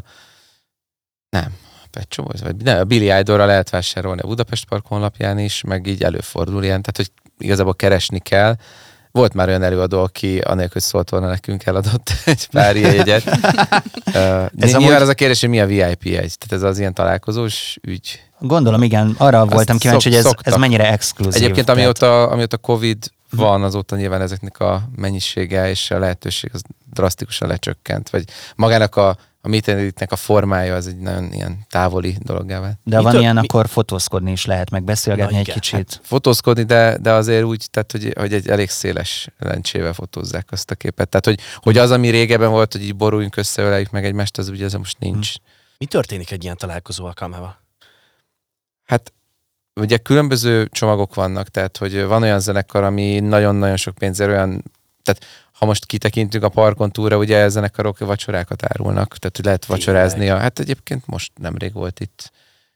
a Billy Idolra lehet vásárolni a Budapest Park honlapján is, meg így előfordul ilyen, tehát hogy igazából keresni kell. Volt már olyan előadó, aki anélkül, hogy szólt volna nekünk, eladott egy pár jegyet. Nyilván az a kérdés, hogy mi a VIP jegy, tehát ez az ilyen találkozós ügy. Gondolom, igen, arra voltam kíváncsi, hogy ez mennyire exkluzív. Egyébként amióta Covid van, azóta nyilván ezeknek a mennyisége és a lehetőség az drasztikusan lecsökkent, vagy magának a meet and greet-nek a formája az egy nagyon ilyen távoli dologgá vált. De van ilyen, akkor fotózkodni is lehet, meg beszélgetni egy kicsit. Hát, fotózkodni, de azért úgy, tehát, hogy egy elég széles lencsével fotózzák azt a képet. Tehát, hogy az, ami régebben volt, hogy így boruljunk össze, öleljük meg egymást, az ugye ez most nincs. Mi történik egy ilyen találkozó alkalmával? Hát ugye különböző csomagok vannak, tehát hogy van olyan zenekar, ami nagyon-nagyon sok pénzért olyan, tehát ha most kitekintünk a parkon túlra, ugye a zenekarok vacsorákat árulnak, tehát hogy lehet vacsorázni. Hát egyébként most nemrég volt itt,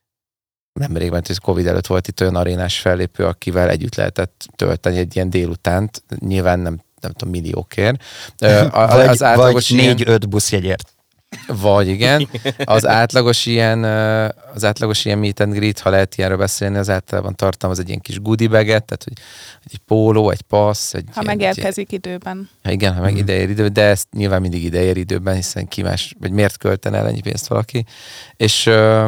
ez Covid előtt volt itt olyan arénás fellépő, akivel együtt lehetett tölteni egy ilyen délutánt, nyilván nem tudom, milliókért. Az átlagos vagy 4-5 buszjegyért. Vagy igen, az átlagos ilyen meet and greet, ha lehet ilyenről beszélni, az általában tartalmaz egy ilyen kis goodie baget, tehát hogy egy póló, egy passz. Ha megérkezik időben. Igen, ha meg ideér időben, de ezt nyilván mindig ideér időben, hiszen ki más, vagy miért költene el ennyi pénzt valaki. És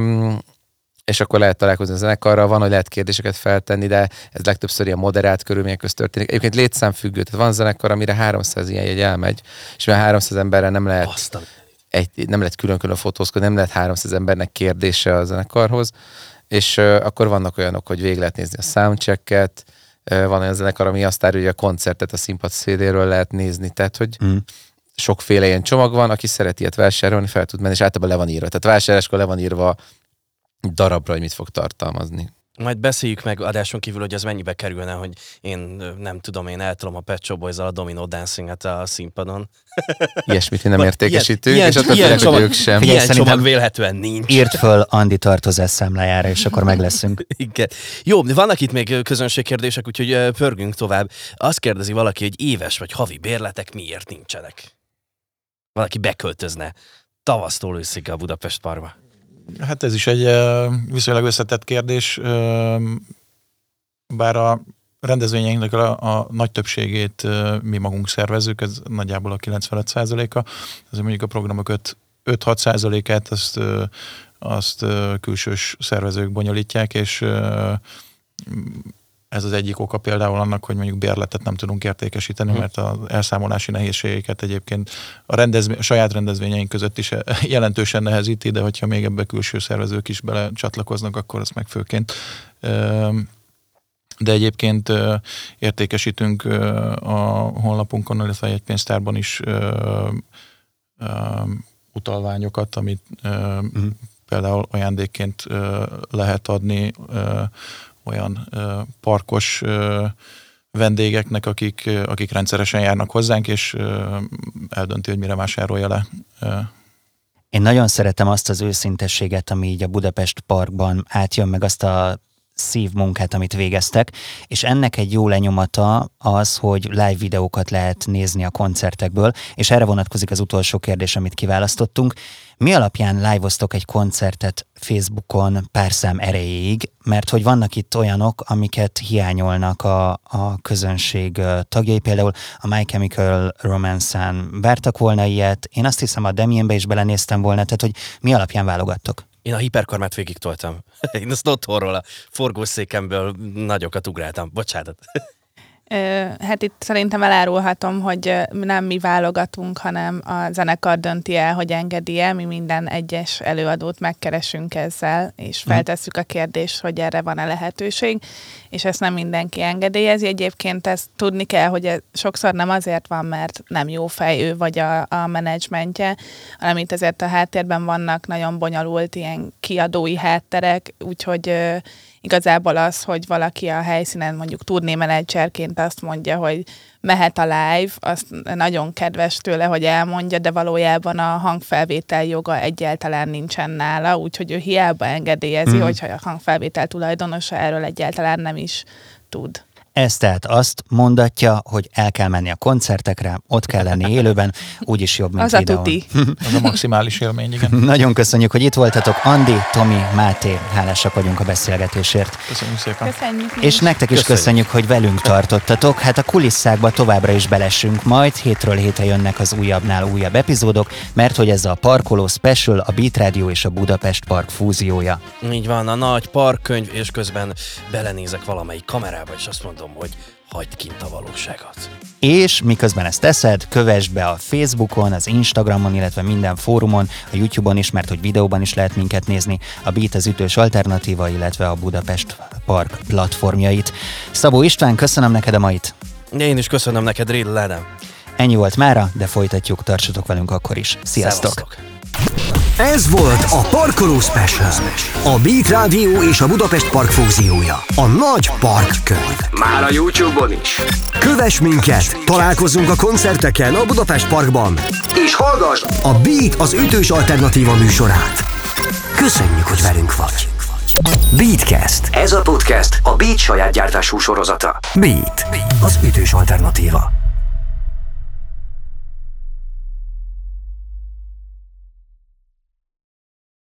akkor lehet találkozni a zenekarral, van, hogy lehet kérdéseket feltenni, de ez legtöbbször ilyen moderált körülmények közt történik. Egyébként létszámfüggő, tehát van zenekar, amire 300 ilyen jegy elmegy, és mivel 300 emberrel nem lehet külön-külön fotózkodni, nem lehet 300 embernek kérdése a zenekarhoz, és akkor vannak olyanok, hogy végig lehet nézni a soundchecket, van olyan zenekar, ami azt árulja, hogy a koncertet a színpad széléről lehet nézni, tehát hogy sokféle ilyen csomag van, aki szeret ilyet vásárolni, fel tud menni, és általában le van írva. Tehát vásárláskor le van írva darabra, hogy mit fog tartalmazni. Majd beszéljük meg adáson kívül, hogy ez mennyibe kerülne, hogy én nem tudom, én eltolom a Pet Shop Boys-zal a Domino Dancing-et a színpadon. Ilyesmit nem értékesítünk, és attól félek, hogy ők sem. Ilyen csomag vélhetően nincs. Írt föl Andi tartozás számlájára, és akkor meg leszünk. Igen. Jó, vannak itt még közönségkérdések, úgyhogy pörgünk tovább. Azt kérdezi valaki, hogy éves vagy havi bérletek miért nincsenek? Valaki beköltözne tavasztól őszig a Budapest Parkba. Hát ez is egy viszonylag összetett kérdés, bár a rendezvényeinknek a nagy többségét mi magunk szervezzük, ez nagyjából a 95%-a, azért mondjuk a programok 5-6%-át azt külsős szervezők bonyolítják, és ez az egyik oka például annak, hogy mondjuk bérletet nem tudunk értékesíteni, mert az elszámolási nehézségeket egyébként a saját rendezvényeink között is jelentősen nehezíti, de hogyha még ebbe külső szervezők is bele csatlakoznak, akkor az meg főként. De egyébként értékesítünk a honlapunkon, illetve egy pénztárban is utalványokat, amit például ajándékként lehet adni olyan parkos vendégeknek, akik rendszeresen járnak hozzánk, és eldönti, hogy mire vásárolja le. Én nagyon szeretem azt az őszintességet, ami így a Budapest Parkban átjön, meg azt a szívmunkát, amit végeztek, és ennek egy jó lenyomata az, hogy live videókat lehet nézni a koncertekből, és erre vonatkozik az utolsó kérdés, amit kiválasztottunk. Mi alapján live-oztok egy koncertet Facebookon pár szám erejéig, mert hogy vannak itt olyanok, amiket hiányolnak a közönség tagjai, például a My Chemical Romance-en vártak volna ilyet, én azt hiszem a Damienbe is belenéztem volna, tehát hogy mi alapján válogattok? Én a hiperkarmát végig toltam. Én azt otthonról a forgószékemből nagyokat ugráltam. Bocsánat. Hát itt szerintem elárulhatom, hogy nem mi válogatunk, hanem a zenekar dönti el, hogy engedi-e. Mi minden egyes előadót megkeresünk ezzel, és feltesszük a kérdést, hogy erre van-e lehetőség, és ezt nem mindenki engedélyezi. Egyébként ezt tudni kell, hogy ez sokszor nem azért van, mert nem jó fej ő vagy a menedzsmentje, hanem itt azért a háttérben vannak nagyon bonyolult ilyen kiadói hátterek, úgyhogy igazából az, hogy valaki a helyszínen mondjuk turnémenedzserként azt mondja, hogy mehet a live, azt nagyon kedves tőle, hogy elmondja, de valójában a hangfelvétel joga egyáltalán nincsen nála, úgyhogy ő hiába engedélyezi, hogyha a hangfelvétel tulajdonosa erről egyáltalán nem is tud. Ez tehát azt mondatja, hogy el kell menni a koncertekre, ott kell lenni élőben, úgyis jobb, mint az videón. A tuti. Az a maximális élmény, igen. Nagyon köszönjük, hogy itt voltatok. Andi, Tomi, Máté, hálásak vagyunk a beszélgetésért. Köszönjük szépen. Köszönjük. És nektek is köszönjük, hogy velünk tartottatok. Hát a kulisszákba továbbra is belessünk majd, hétről hétre jönnek az újabbnál újabb epizódok, mert hogy ez a Parkoló Special, a Beat Radio és a Budapest Park fúziója. Így van, a nagy parkkönyv, és közben belenézek valamelyik kamerába, és azt mondom, hogy hagyd kint a valóságot. És miközben ezt teszed, kövessd be a Facebookon, az Instagramon, illetve minden fórumon, a YouTube-on is, mert hogy videóban is lehet minket nézni, a Beat az ütős alternatíva, illetve a Budapest Park platformjait. Szabó István, köszönöm neked a mait. Én is köszönöm neked, Rill Ádám. Ennyi volt mára, de folytatjuk, tartsatok velünk akkor is. Sziasztok! Szevasztok. Ez volt a Parkoló Special. A Beat Radio és a Budapest Park fúziója. A nagy parkkönyv. Már a YouTube-on is. Kövess minket, találkozzunk a koncerteken a Budapest Parkban, és hallgass a Beat az ütős alternatíva műsorát. Köszönjük, hogy velünk vagy. Beatcast. Ez a podcast a Beat saját gyártású sorozata. Beat, az ütős alternatíva.